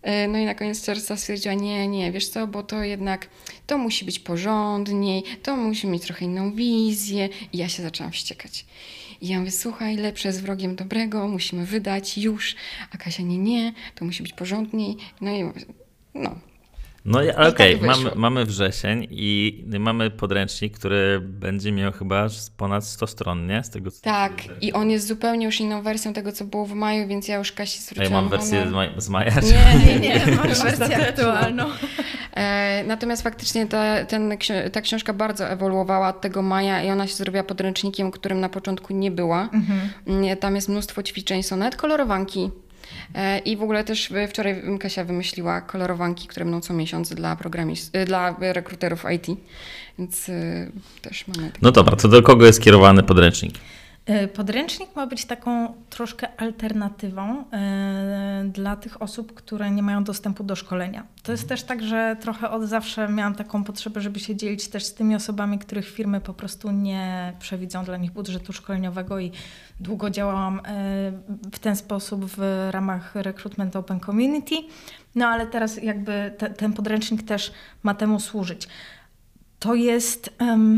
No i na koniec czerwca stwierdziła, nie, wiesz co, bo to jednak to musi być porządniej, to musi mieć trochę inną wizję. I ja się zaczęłam wściekać. I ja mówię, słuchaj, lepsze jest wrogiem dobrego, musimy wydać już. A Kasia, nie, to musi być porządniej. No i no. No ale okej, tak mamy wrzesień i mamy podręcznik, który będzie miał chyba ponad 100 stron, nie? Z tego, co tak, i on jest zupełnie już inną wersją tego, co było w maju, więc ja już Kasi zwróciłam. Ja mam wersję z maja. Nie, masz wersję aktualną. Natomiast faktycznie ta książka bardzo ewoluowała od tego maja i ona się zrobiła podręcznikiem, którym na początku nie była. Tam jest mnóstwo ćwiczeń, są nawet kolorowanki. I w ogóle też wczoraj Kasia wymyśliła kolorowanki, które będą co miesiąc dla rekruterów IT, więc też mamy takie. No dobra, to do kogo jest kierowany podręcznik? Podręcznik ma być taką troszkę alternatywą dla tych osób, które nie mają dostępu do szkolenia. To jest też tak, że trochę od zawsze miałam taką potrzebę, żeby się dzielić też z tymi osobami, których firmy po prostu nie przewidzą dla nich budżetu szkoleniowego i długo działałam w ten sposób w ramach Recruitment Open Community. No ale teraz jakby ten podręcznik też ma temu służyć. To jest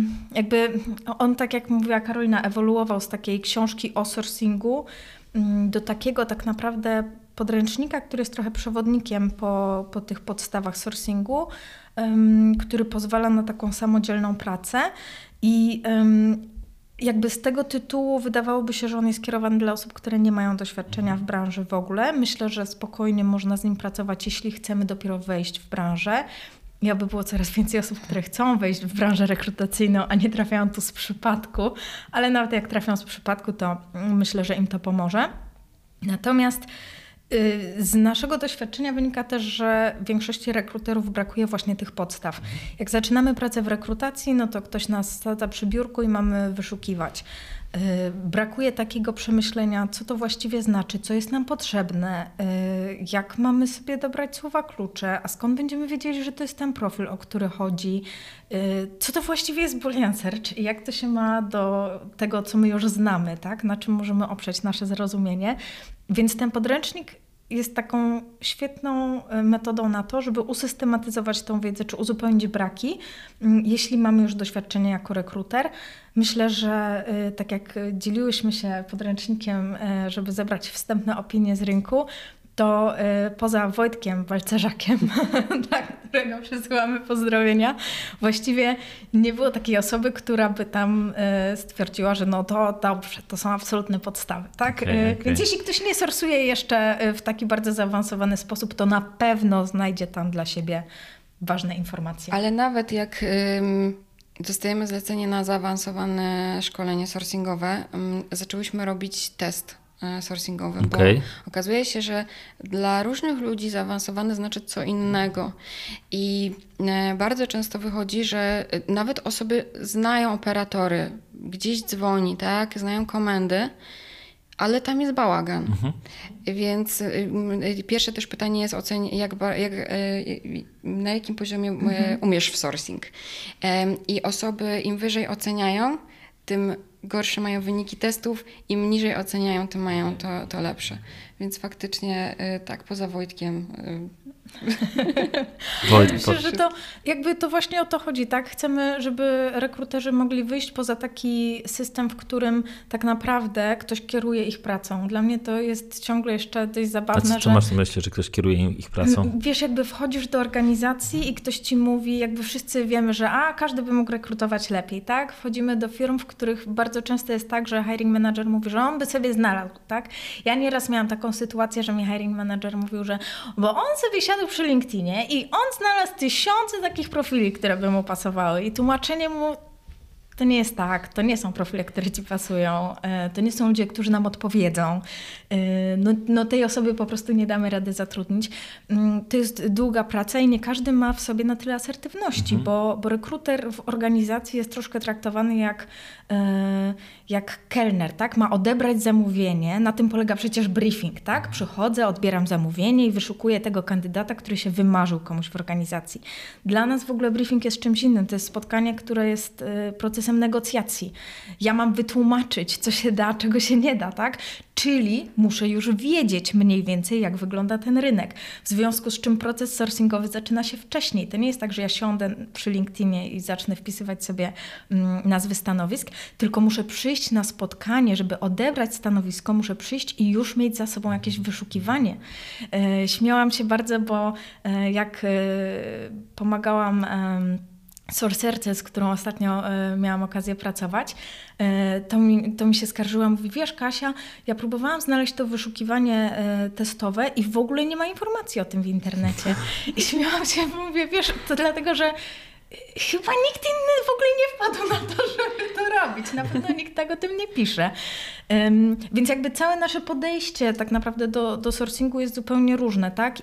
on, tak jak mówiła Karolina, ewoluował z takiej książki o sourcingu do takiego tak naprawdę podręcznika, który jest trochę przewodnikiem po tych podstawach sourcingu, który pozwala na taką samodzielną pracę i jakby z tego tytułu wydawałoby się, że on jest kierowany dla osób, które nie mają doświadczenia w branży w ogóle. Myślę, że spokojnie można z nim pracować, jeśli chcemy dopiero wejść w branżę. Jakby było coraz więcej osób, które chcą wejść w branżę rekrutacyjną, a nie trafiają tu z przypadku, ale nawet jak trafią z przypadku, to myślę, że im to pomoże. Natomiast z naszego doświadczenia wynika też, że większości rekruterów brakuje właśnie tych podstaw. Jak zaczynamy pracę w rekrutacji, no to ktoś nas sadza przy biurku i mamy wyszukiwać. Brakuje takiego przemyślenia, co to właściwie znaczy, co jest nam potrzebne, jak mamy sobie dobrać słowa klucze, a skąd będziemy wiedzieli, że to jest ten profil, o który chodzi, co to właściwie jest Boolean Search i jak to się ma do tego, co my już znamy, tak? Na czym możemy oprzeć nasze zrozumienie. Więc ten podręcznik jest taką świetną metodą na to, żeby usystematyzować tą wiedzę, czy uzupełnić braki, jeśli mamy już doświadczenie jako rekruter. Myślę, że tak jak dzieliłyśmy się podręcznikiem, żeby zebrać wstępne opinie z rynku, to poza Wojtkiem Balcerzakiem, dla którego przesyłamy pozdrowienia, właściwie nie było takiej osoby, która by tam stwierdziła, że no to dobrze, to są absolutne podstawy, tak? Okay. Więc jeśli ktoś nie sorsuje jeszcze w taki bardzo zaawansowany sposób, to na pewno znajdzie tam dla siebie ważne informacje. Ale nawet jak dostajemy zlecenie na zaawansowane szkolenie sourcingowe, zaczęłyśmy robić test sourcingowy, bo okazuje się, że dla różnych ludzi zaawansowany znaczy co innego i bardzo często wychodzi, że nawet osoby znają operatory, gdzieś dzwoni, tak, znają komendy, ale tam jest bałagan. Więc pierwsze też pytanie jest na jakim poziomie umiesz w sourcing. I osoby im wyżej oceniają, tym gorsze mają wyniki testów, im niżej oceniają, tym mają to lepsze. Więc faktycznie tak, poza Wojtkiem. Myślę, że to właśnie o to chodzi, tak? Chcemy, żeby rekruterzy mogli wyjść poza taki system, w którym tak naprawdę ktoś kieruje ich pracą. Dla mnie to jest ciągle jeszcze dość zabawne. A co masz na myśli, że ktoś kieruje ich pracą? Wiesz, jakby wchodzisz do organizacji i ktoś ci mówi, jakby wszyscy wiemy, że każdy by mógł rekrutować lepiej, tak? Wchodzimy do firm, w których bardzo często jest tak, że hiring manager mówi, że on by sobie znalazł, tak? Ja nieraz miałam taką sytuację, że mi hiring manager mówił, że bo on sobie siadł przy LinkedInie i on znalazł tysiące takich profili, które by mu pasowały i tłumaczenie mu, to nie jest tak, to nie są profile, które ci pasują, to nie są ludzie, którzy nam odpowiedzą. No tej osoby po prostu nie damy rady zatrudnić. To jest długa praca i nie każdy ma w sobie na tyle asertywności, bo rekruter w organizacji jest troszkę traktowany jak kelner, tak? Ma odebrać zamówienie, na tym polega przecież briefing, tak? Przychodzę, odbieram zamówienie i wyszukuję tego kandydata, który się wymarzył komuś w organizacji. Dla nas w ogóle briefing jest czymś innym, to jest spotkanie, które jest procesem procesem negocjacji. Ja mam wytłumaczyć, co się da, czego się nie da, tak? Czyli muszę już wiedzieć mniej więcej, jak wygląda ten rynek. W związku z czym proces sourcingowy zaczyna się wcześniej. To nie jest tak, że ja siądę przy LinkedInie i zacznę wpisywać sobie nazwy stanowisk, tylko muszę przyjść na spotkanie, żeby odebrać stanowisko, muszę przyjść i już mieć za sobą jakieś wyszukiwanie. Śmiałam się bardzo, bo jak pomagałam sourcerce, z którą ostatnio miałam okazję pracować, to mi się skarżyła, mówi, wiesz Kasia, ja próbowałam znaleźć to wyszukiwanie testowe i w ogóle nie ma informacji o tym w internecie. I śmiałam się, mówię, wiesz, to dlatego, że chyba nikt inny w ogóle nie wpadł na to, żeby to robić. Na pewno nikt tak o tym nie pisze. Więc jakby całe nasze podejście tak naprawdę do sourcingu jest zupełnie różne, tak?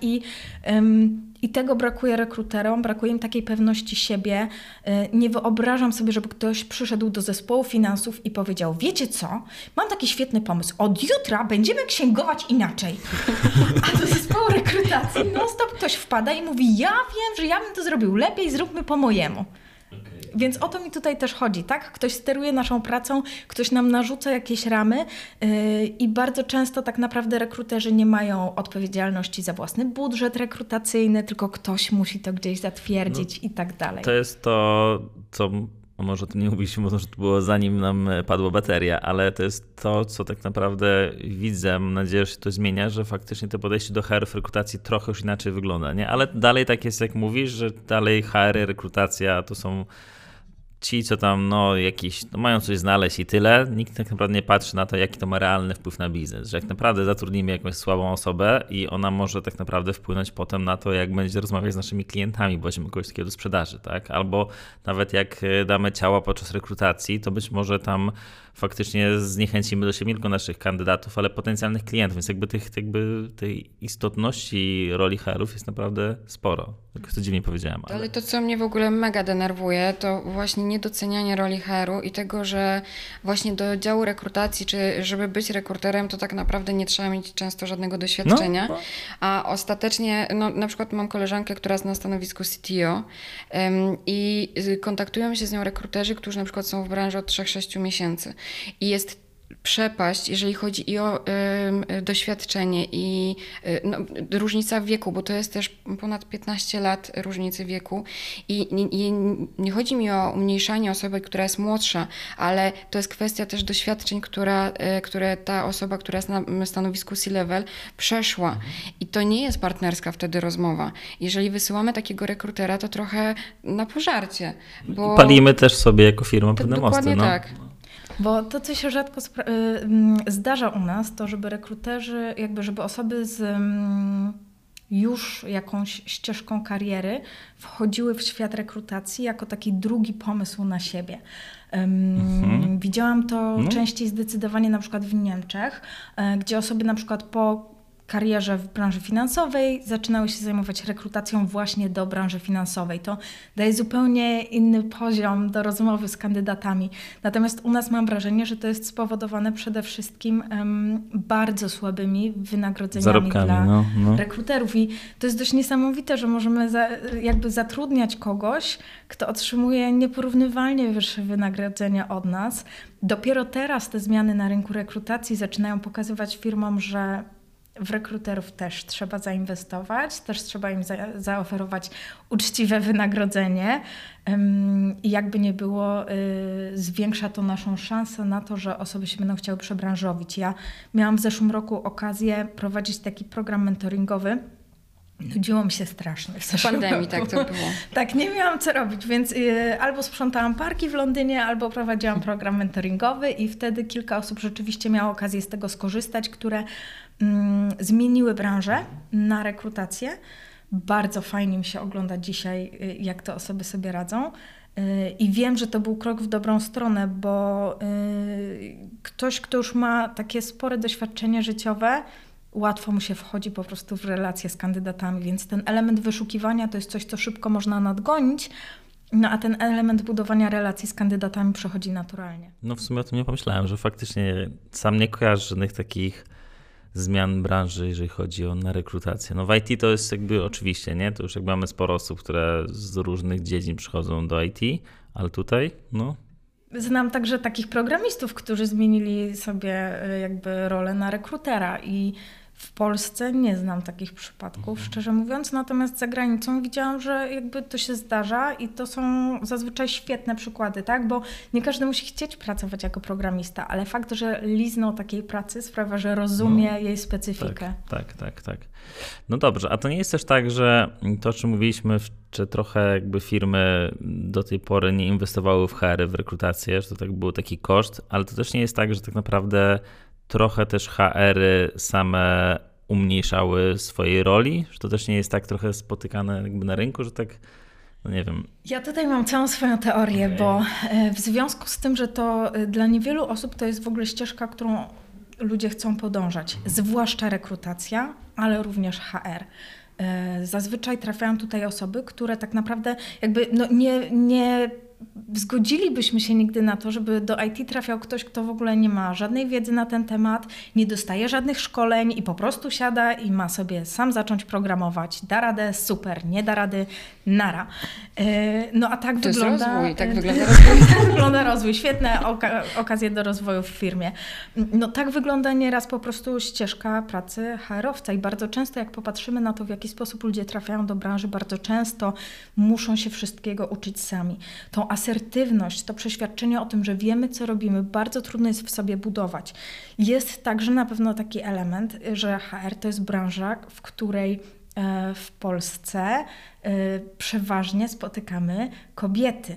I tego brakuje rekruterom, brakuje im takiej pewności siebie. Nie wyobrażam sobie, żeby ktoś przyszedł do zespołu finansów i powiedział, wiecie co, mam taki świetny pomysł, od jutra będziemy księgować inaczej. A do zespołu rekrutacji non stop ktoś wpada i mówi, ja wiem, że ja bym to zrobił lepiej, zróbmy po mojemu. Więc o to mi tutaj też chodzi, tak? Ktoś steruje naszą pracą, ktoś nam narzuca jakieś ramy i bardzo często tak naprawdę rekruterzy nie mają odpowiedzialności za własny budżet rekrutacyjny, tylko ktoś musi to gdzieś zatwierdzić i tak dalej. To jest to, co może o tym nie mówiliśmy, bo to było zanim nam padła bateria, ale to jest to, co tak naprawdę widzę, mam nadzieję, że się to zmienia, że faktycznie to podejście do HR w rekrutacji trochę już inaczej wygląda, nie? Ale dalej tak jest, jak mówisz, że dalej HR, rekrutacja to są ci, co tam mają coś znaleźć i tyle, nikt tak naprawdę nie patrzy na to, jaki to ma realny wpływ na biznes, że jak naprawdę zatrudnimy jakąś słabą osobę i ona może tak naprawdę wpłynąć potem na to, jak będzie rozmawiać z naszymi klientami, bo weźmiemy kogoś takiego do sprzedaży, tak? Albo nawet jak damy ciała podczas rekrutacji, to być może tam faktycznie zniechęcimy do siebie nie tylko naszych kandydatów, ale potencjalnych klientów, więc tej istotności roli HR-ów jest naprawdę sporo. Tak to dziwnie powiedziałem. Ale to, co mnie w ogóle mega denerwuje, to właśnie niedocenianie roli HR-u i tego, że właśnie do działu rekrutacji, czy żeby być rekruterem, to tak naprawdę nie trzeba mieć często żadnego doświadczenia. A ostatecznie, na przykład mam koleżankę, która jest na stanowisku CTO i kontaktują się z nią rekruterzy, którzy na przykład są w branży od 3-6 miesięcy. I jest przepaść, jeżeli chodzi i o doświadczenie i różnica w wieku, bo to jest też ponad 15 lat różnicy wieku i nie chodzi mi o umniejszanie osoby, która jest młodsza, ale to jest kwestia też doświadczeń, które ta osoba, która jest na stanowisku C-level przeszła i to nie jest partnerska wtedy rozmowa. Jeżeli wysyłamy takiego rekrutera, to trochę na pożarcie. Bo palimy też sobie jako firma pewne mosty. Dokładnie tak. Bo to, co się rzadko zdarza u nas, to żeby rekruterzy, żeby osoby z już jakąś ścieżką kariery wchodziły w świat rekrutacji jako taki drugi pomysł na siebie. Widziałam to częściej zdecydowanie na przykład w Niemczech, gdzie osoby na przykład po karierze w branży finansowej zaczynały się zajmować rekrutacją właśnie do branży finansowej. To daje zupełnie inny poziom do rozmowy z kandydatami. Natomiast u nas mam wrażenie, że to jest spowodowane przede wszystkim bardzo słabymi wynagrodzeniami dla rekruterów. I to jest dość niesamowite, że możemy zatrudniać kogoś, kto otrzymuje nieporównywalnie wyższe wynagrodzenia od nas. Dopiero teraz te zmiany na rynku rekrutacji zaczynają pokazywać firmom, że w rekruterów też trzeba zainwestować, też trzeba im zaoferować uczciwe wynagrodzenie i jakby nie było, zwiększa to naszą szansę na to, że osoby się będą chciały przebranżowić. Ja miałam w zeszłym roku okazję prowadzić taki program mentoringowy. Nudziło mi się strasznie. W pandemii tak to było. Tak, nie miałam co robić, więc albo sprzątałam parki w Londynie, albo prowadziłam program mentoringowy i wtedy kilka osób rzeczywiście miało okazję z tego skorzystać, które zmieniły branżę na rekrutację. Bardzo fajnie mi się ogląda dzisiaj, jak te osoby sobie radzą. I wiem, że to był krok w dobrą stronę, bo ktoś, kto już ma takie spore doświadczenie życiowe, łatwo mu się wchodzi po prostu w relacje z kandydatami, więc ten element wyszukiwania to jest coś, co szybko można nadgonić, a ten element budowania relacji z kandydatami przechodzi naturalnie. W sumie o tym nie pomyślałem, że faktycznie sam nie kojarzę żadnych takich zmian branży, jeżeli chodzi na rekrutację. W IT to jest oczywiście, nie? To już mamy sporo osób, które z różnych dziedzin przychodzą do IT, ale tutaj, Znam także takich programistów, którzy zmienili sobie jakby rolę na rekrutera i w Polsce nie znam takich przypadków, szczerze mówiąc, natomiast za granicą widziałam, że jakby to się zdarza i to są zazwyczaj świetne przykłady, tak? Bo nie każdy musi chcieć pracować jako programista, ale fakt, że liznął takiej pracy sprawia, że rozumie jej specyfikę. Tak. No dobrze, a to nie jest też tak, że to, o czym mówiliśmy, czy trochę jakby firmy do tej pory nie inwestowały w HR, w rekrutację, że to tak był taki koszt, ale to też nie jest tak, że tak naprawdę trochę też HR-y same umniejszały swojej roli, że to też nie jest tak trochę spotykane jakby na rynku, że tak, no nie wiem. Ja tutaj mam całą swoją teorię, bo w związku z tym, że to dla niewielu osób to jest w ogóle ścieżka, którą ludzie chcą podążać, zwłaszcza rekrutacja, ale również HR. Zazwyczaj trafiają tutaj osoby, które tak naprawdę jakby nie zgodzilibyśmy się nigdy na to, żeby do IT trafiał ktoś, kto w ogóle nie ma żadnej wiedzy na ten temat, nie dostaje żadnych szkoleń i po prostu siada i ma sobie sam zacząć programować. Da radę, super, nie da rady, nara. No a tak to wygląda... jest rozwój, tak wygląda rozwój. Tak wygląda rozwój, świetne okazje do rozwoju w firmie. No tak wygląda nieraz po prostu ścieżka pracy HR-owca i bardzo często jak popatrzymy na to, w jaki sposób ludzie trafiają do branży, bardzo często muszą się wszystkiego uczyć sami. Tą asertywność, to przeświadczenie o tym, że wiemy, co robimy, bardzo trudno jest w sobie budować. Jest także na pewno taki element, że HR to jest branża, w której w Polsce przeważnie spotykamy kobiety.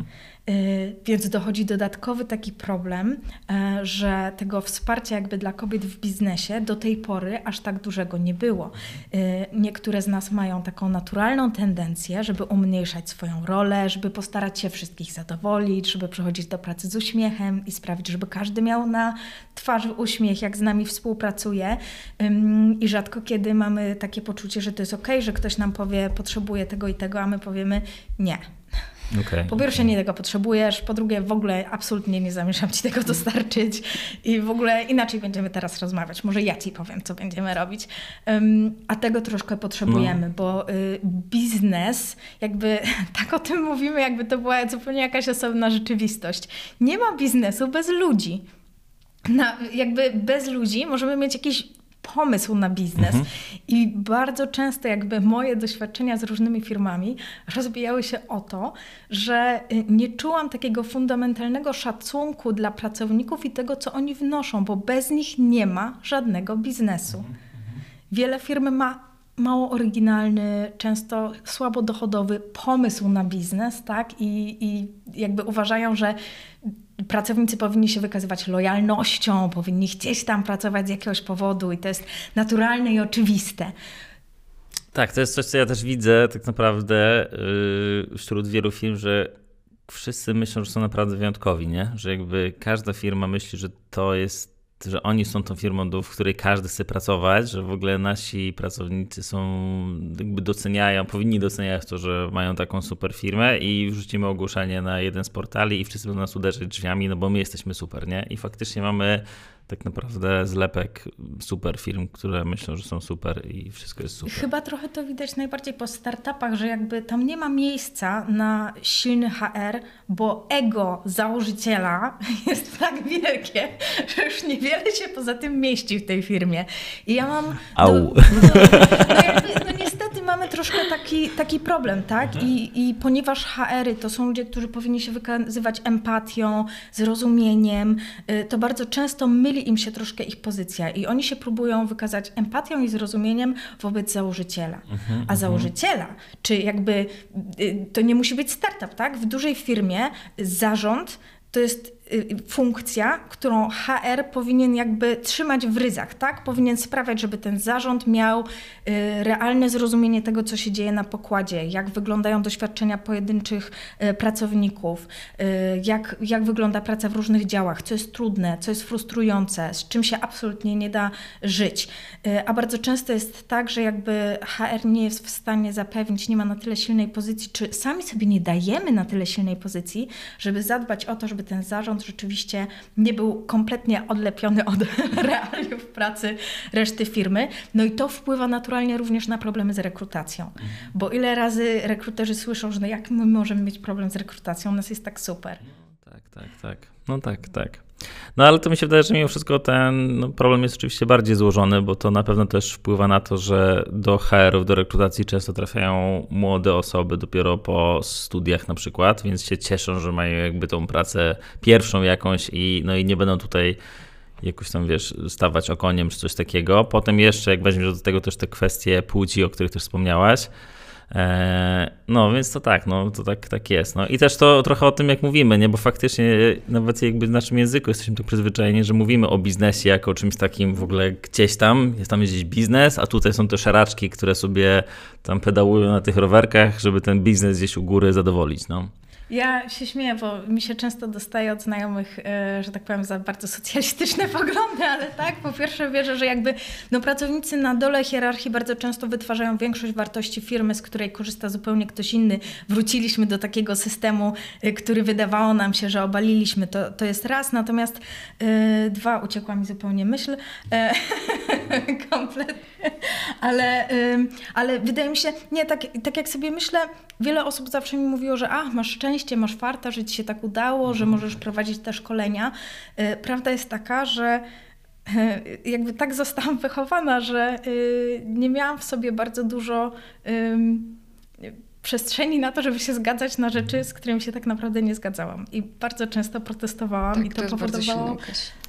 Więc dochodzi dodatkowy taki problem, że tego wsparcia jakby dla kobiet w biznesie do tej pory aż tak dużego nie było. Niektóre z nas mają taką naturalną tendencję, żeby umniejszać swoją rolę, żeby postarać się wszystkich zadowolić, żeby przychodzić do pracy z uśmiechem i sprawić, żeby każdy miał na twarzy uśmiech, jak z nami współpracuje. I rzadko kiedy mamy takie poczucie, że to jest okej, że ktoś nam powie, potrzebuję tego i tego, a my powiemy nie. Po pierwsze nie tego potrzebujesz, po drugie w ogóle absolutnie nie zamierzam ci tego dostarczyć i w ogóle inaczej będziemy teraz rozmawiać. Może ja ci powiem, co będziemy robić. A tego troszkę potrzebujemy, bo biznes, jakby tak o tym mówimy, jakby to była zupełnie jakaś osobna rzeczywistość. Nie ma biznesu bez ludzi. Jakby bez ludzi możemy mieć jakiś pomysł na biznes. I bardzo często jakby moje doświadczenia z różnymi firmami rozbijały się o to, że nie czułam takiego fundamentalnego szacunku dla pracowników i tego, co oni wnoszą, bo bez nich nie ma żadnego biznesu. Wiele firm ma mało oryginalny, często słabo dochodowy pomysł na biznes, tak? I jakby uważają, że pracownicy powinni się wykazywać lojalnością, powinni chcieć tam pracować z jakiegoś powodu i to jest naturalne i oczywiste. Tak, to jest coś, co ja też widzę tak naprawdę wśród wielu firm, że wszyscy myślą, że są naprawdę wyjątkowi, nie? Że jakby każda firma myśli, że to jest, że oni są tą firmą, w której każdy chce pracować, że w ogóle nasi pracownicy są, jakby doceniają, powinni doceniać to, że mają taką super firmę i wrzucimy ogłoszenie na jeden z portali i wszyscy będą nas uderzyć drzwiami, no bo my jesteśmy super, nie? I faktycznie mamy tak naprawdę zlepek super firm, które myślą, że są super i wszystko jest super. Chyba trochę to widać najbardziej po startupach, że jakby tam nie ma miejsca na silny HR, bo ego założyciela jest tak wielkie, że już niewiele się poza tym mieści w tej firmie. I ja mam... niestety mamy troszkę taki problem, tak? I ponieważ HR-y to są ludzie, którzy powinni się wykazywać empatią, zrozumieniem, to bardzo często myli im się troszkę ich pozycja i oni się próbują wykazać empatią i zrozumieniem wobec założyciela. A założyciela, czy jakby to nie musi być startup, tak? W dużej firmie zarząd to jest funkcja, którą HR powinien jakby trzymać w ryzach, tak? Powinien sprawiać, żeby ten zarząd miał realne zrozumienie tego, co się dzieje na pokładzie, jak wyglądają doświadczenia pojedynczych pracowników, jak wygląda praca w różnych działach, co jest trudne, co jest frustrujące, z czym się absolutnie nie da żyć. A bardzo często jest tak, że jakby HR nie jest w stanie zapewnić, nie ma na tyle silnej pozycji, czy sami sobie nie dajemy na tyle silnej pozycji, żeby zadbać o to, żeby ten zarząd rzeczywiście nie był kompletnie odlepiony od realiów pracy reszty firmy. No i to wpływa naturalnie również na problemy z rekrutacją. Bo ile razy rekruterzy słyszą, że no jak my możemy mieć problem z rekrutacją, u nas jest tak super. Tak. No tak. No ale to mi się wydaje, że mimo wszystko ten problem jest oczywiście bardziej złożony, bo to na pewno też wpływa na to, że do HR-ów, do rekrutacji często trafiają młode osoby dopiero po studiach na przykład, więc się cieszą, że mają jakby tą pracę pierwszą jakąś i nie będą tutaj jakoś tam, stawać okoniem czy coś takiego. Potem jeszcze, jak weźmiesz do tego też te kwestie płci, o których też wspomniałaś, więc to tak jest. No i też to trochę o tym, jak mówimy, nie? Bo faktycznie nawet jakby w naszym języku jesteśmy tak przyzwyczajeni, że mówimy o biznesie jako o czymś takim w ogóle gdzieś tam, jest tam gdzieś biznes, a tutaj są te szaraczki, które sobie tam pedałują na tych rowerkach, żeby ten biznes gdzieś u góry zadowolić, no. Ja się śmieję, bo mi się często dostaje od znajomych, że tak powiem, za bardzo socjalistyczne poglądy, ale tak, po pierwsze wierzę, że jakby pracownicy na dole hierarchii bardzo często wytwarzają większość wartości firmy, z której korzysta zupełnie ktoś inny. Wróciliśmy do takiego systemu, który wydawało nam się, że obaliliśmy. To jest raz, natomiast dwa, uciekła mi zupełnie myśl. Kompletnie. Ale wydaje mi się, nie, tak jak sobie myślę, wiele osób zawsze mi mówiło, że masz szczęście, masz farta, że ci się tak udało, że możesz prowadzić te szkolenia. Prawda jest taka, że jakby tak zostałam wychowana, że nie miałam w sobie bardzo dużo przestrzeni na to, żeby się zgadzać na rzeczy, z którymi się tak naprawdę nie zgadzałam. I bardzo często protestowałam tak, i to jest powodowało...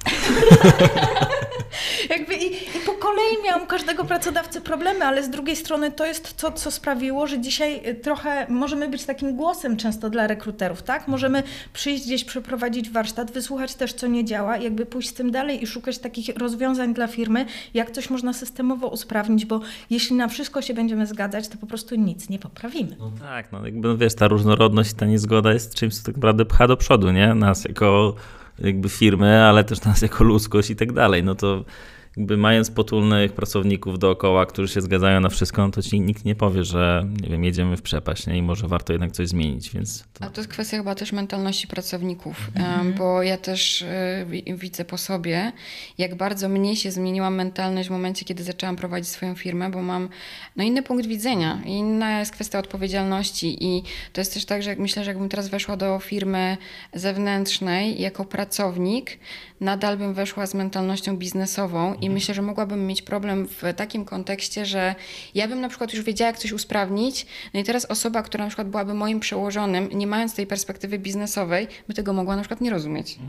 Jakby i po kolei miałam u każdego pracodawcy problemy, ale z drugiej strony to jest to, co sprawiło, że dzisiaj trochę możemy być takim głosem często dla rekruterów, tak? Możemy przyjść gdzieś, przeprowadzić warsztat, wysłuchać też, co nie działa, jakby pójść z tym dalej i szukać takich rozwiązań dla firmy, jak coś można systemowo usprawnić, bo jeśli na wszystko się będziemy zgadzać, to po prostu nic nie poprawimy. No tak, jakby ta różnorodność, ta niezgoda jest czymś, co tak naprawdę pcha do przodu, nie? Nas jako jakby firmy, ale też nas jako ludzkość i tak dalej. No to jakby mając potulnych pracowników dookoła, którzy się zgadzają na wszystko, no to ci nikt nie powie, że nie wiem, jedziemy w przepaść, nie? I może warto jednak coś zmienić, więc... A to jest kwestia chyba też mentalności pracowników, bo ja też widzę po sobie, jak bardzo mnie się zmieniła mentalność w momencie, kiedy zaczęłam prowadzić swoją firmę, bo mam inny punkt widzenia, inna jest kwestia odpowiedzialności i to jest też tak, że myślę, że jakbym teraz weszła do firmy zewnętrznej jako pracownik, nadal bym weszła z mentalnością biznesową i myślę, że mogłabym mieć problem w takim kontekście, że ja bym na przykład już wiedziała, jak coś usprawnić, no i teraz osoba, która na przykład byłaby moim przełożonym, nie mając tej perspektywy biznesowej, by tego mogła na przykład nie rozumieć.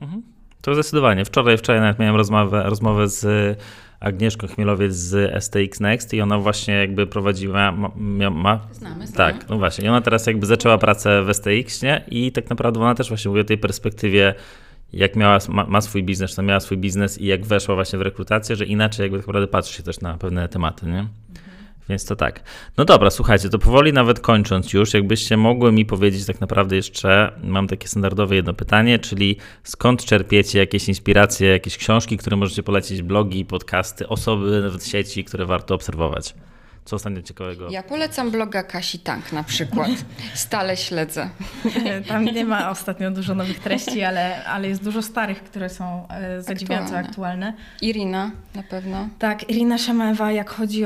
To zdecydowanie. Wczoraj nawet miałem rozmowę z Agnieszką Chmielowiec z STX Next i ona właśnie jakby prowadziła... Znamy. Tak, no właśnie. I ona teraz jakby zaczęła pracę w STX, nie? I tak naprawdę ona też właśnie mówi o tej perspektywie, jak ma swój biznes, to miała swój biznes i jak weszła właśnie w rekrutację, że inaczej jakby tak naprawdę patrzy się też na pewne tematy, nie? Więc to tak. No dobra, słuchajcie, to powoli nawet kończąc już, jakbyście mogły mi powiedzieć tak naprawdę jeszcze, mam takie standardowe jedno pytanie, czyli skąd czerpiecie jakieś inspiracje, jakieś książki, które możecie polecić, blogi, podcasty, osoby w sieci, które warto obserwować? Co ostatnio ciekawego? Ja polecam bloga Kasi Tank na przykład. Stale śledzę. Tam nie ma ostatnio dużo nowych treści, ale jest dużo starych, które są zadziwiająco aktualne. Irina na pewno. Tak, Irina Szamewa, jak chodzi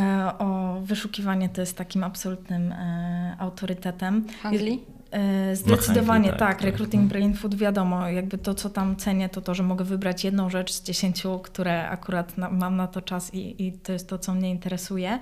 o wyszukiwanie, to jest takim absolutnym autorytetem. Hungly? Zdecydowanie tak. Recruiting Brain Food, wiadomo, jakby to, co tam cenię, to że mogę wybrać jedną rzecz z 10, które akurat mam na to czas i to jest to, co mnie interesuje.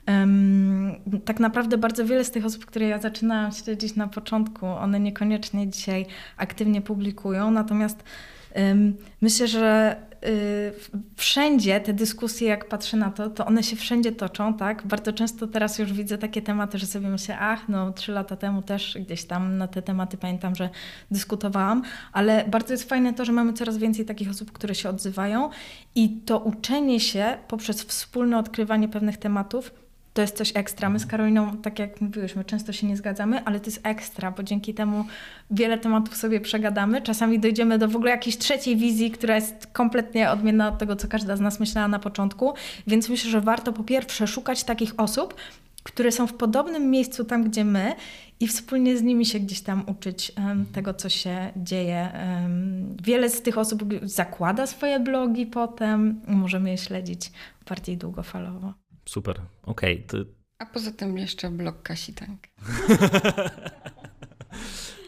Tak naprawdę bardzo wiele z tych osób, które ja zaczynałam śledzić na początku, one niekoniecznie dzisiaj aktywnie publikują, natomiast myślę, że wszędzie te dyskusje, jak patrzę na to one się wszędzie toczą, tak? Bardzo często teraz już widzę takie tematy, że sobie myślę, 3 lata temu też gdzieś tam na te tematy pamiętam, że dyskutowałam, ale bardzo jest fajne to, że mamy coraz więcej takich osób, które się odzywają i to uczenie się poprzez wspólne odkrywanie pewnych tematów, to jest coś ekstra. My z Karoliną, tak jak mówiłyśmy, często się nie zgadzamy, ale to jest ekstra, bo dzięki temu wiele tematów sobie przegadamy. Czasami dojdziemy do w ogóle jakiejś trzeciej wizji, która jest kompletnie odmienna od tego, co każda z nas myślała na początku. Więc myślę, że warto po pierwsze szukać takich osób, które są w podobnym miejscu tam, gdzie my i wspólnie z nimi się gdzieś tam uczyć tego, co się dzieje. Wiele z tych osób zakłada swoje blogi potem. Możemy je śledzić bardziej długofalowo. Super, okej. A poza tym jeszcze blog Kasi Tank.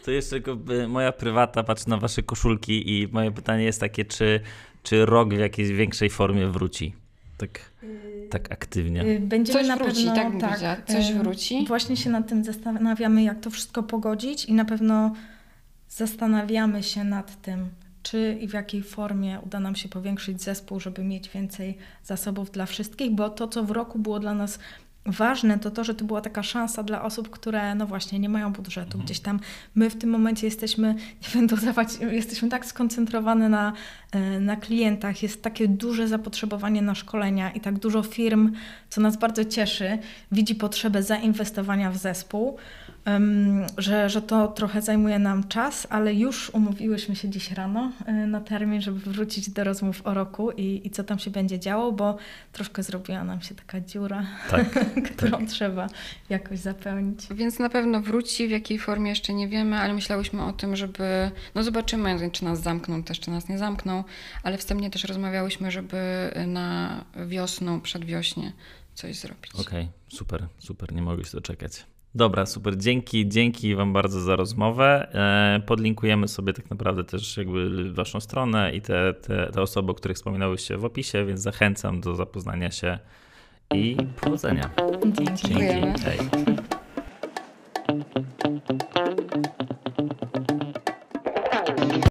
To jeszcze moja prywata, patrzę na wasze koszulki i moje pytanie jest takie, czy rok w jakiejś większej formie wróci? Tak aktywnie. Będziemy Coś na wróci, pewno, tak, coś wróci. Właśnie się nad tym zastanawiamy, jak to wszystko pogodzić i na pewno zastanawiamy się nad tym, czy i w jakiej formie uda nam się powiększyć zespół, żeby mieć więcej zasobów dla wszystkich, bo to, co w roku było dla nas ważne, to, że to była taka szansa dla osób, które no właśnie nie mają budżetu. Gdzieś tam my w tym momencie jesteśmy, nie będę udawać, jesteśmy tak skoncentrowane na klientach, jest takie duże zapotrzebowanie na szkolenia i tak dużo firm, co nas bardzo cieszy, widzi potrzebę zainwestowania w zespół, że to trochę zajmuje nam czas, ale już umówiłyśmy się dziś rano na termin, żeby wrócić do rozmów o roku i co tam się będzie działo, bo troszkę zrobiła nam się taka dziura, którą trzeba jakoś zapełnić. Więc na pewno wróci, w jakiej formie jeszcze nie wiemy, ale myślałyśmy o tym, żeby, no zobaczymy, czy nas zamkną też, czy nas nie zamkną, ale wstępnie też rozmawiałyśmy, żeby na wiosnę, przedwiośnie coś zrobić. Okej, super, nie mogę się doczekać. Dobra, super, dzięki wam bardzo za rozmowę. Podlinkujemy sobie tak naprawdę też jakby waszą stronę i te osoby, o których wspominałyście w opisie, więc zachęcam do zapoznania się i powodzenia. Dzięki. Dziękujemy. Hej.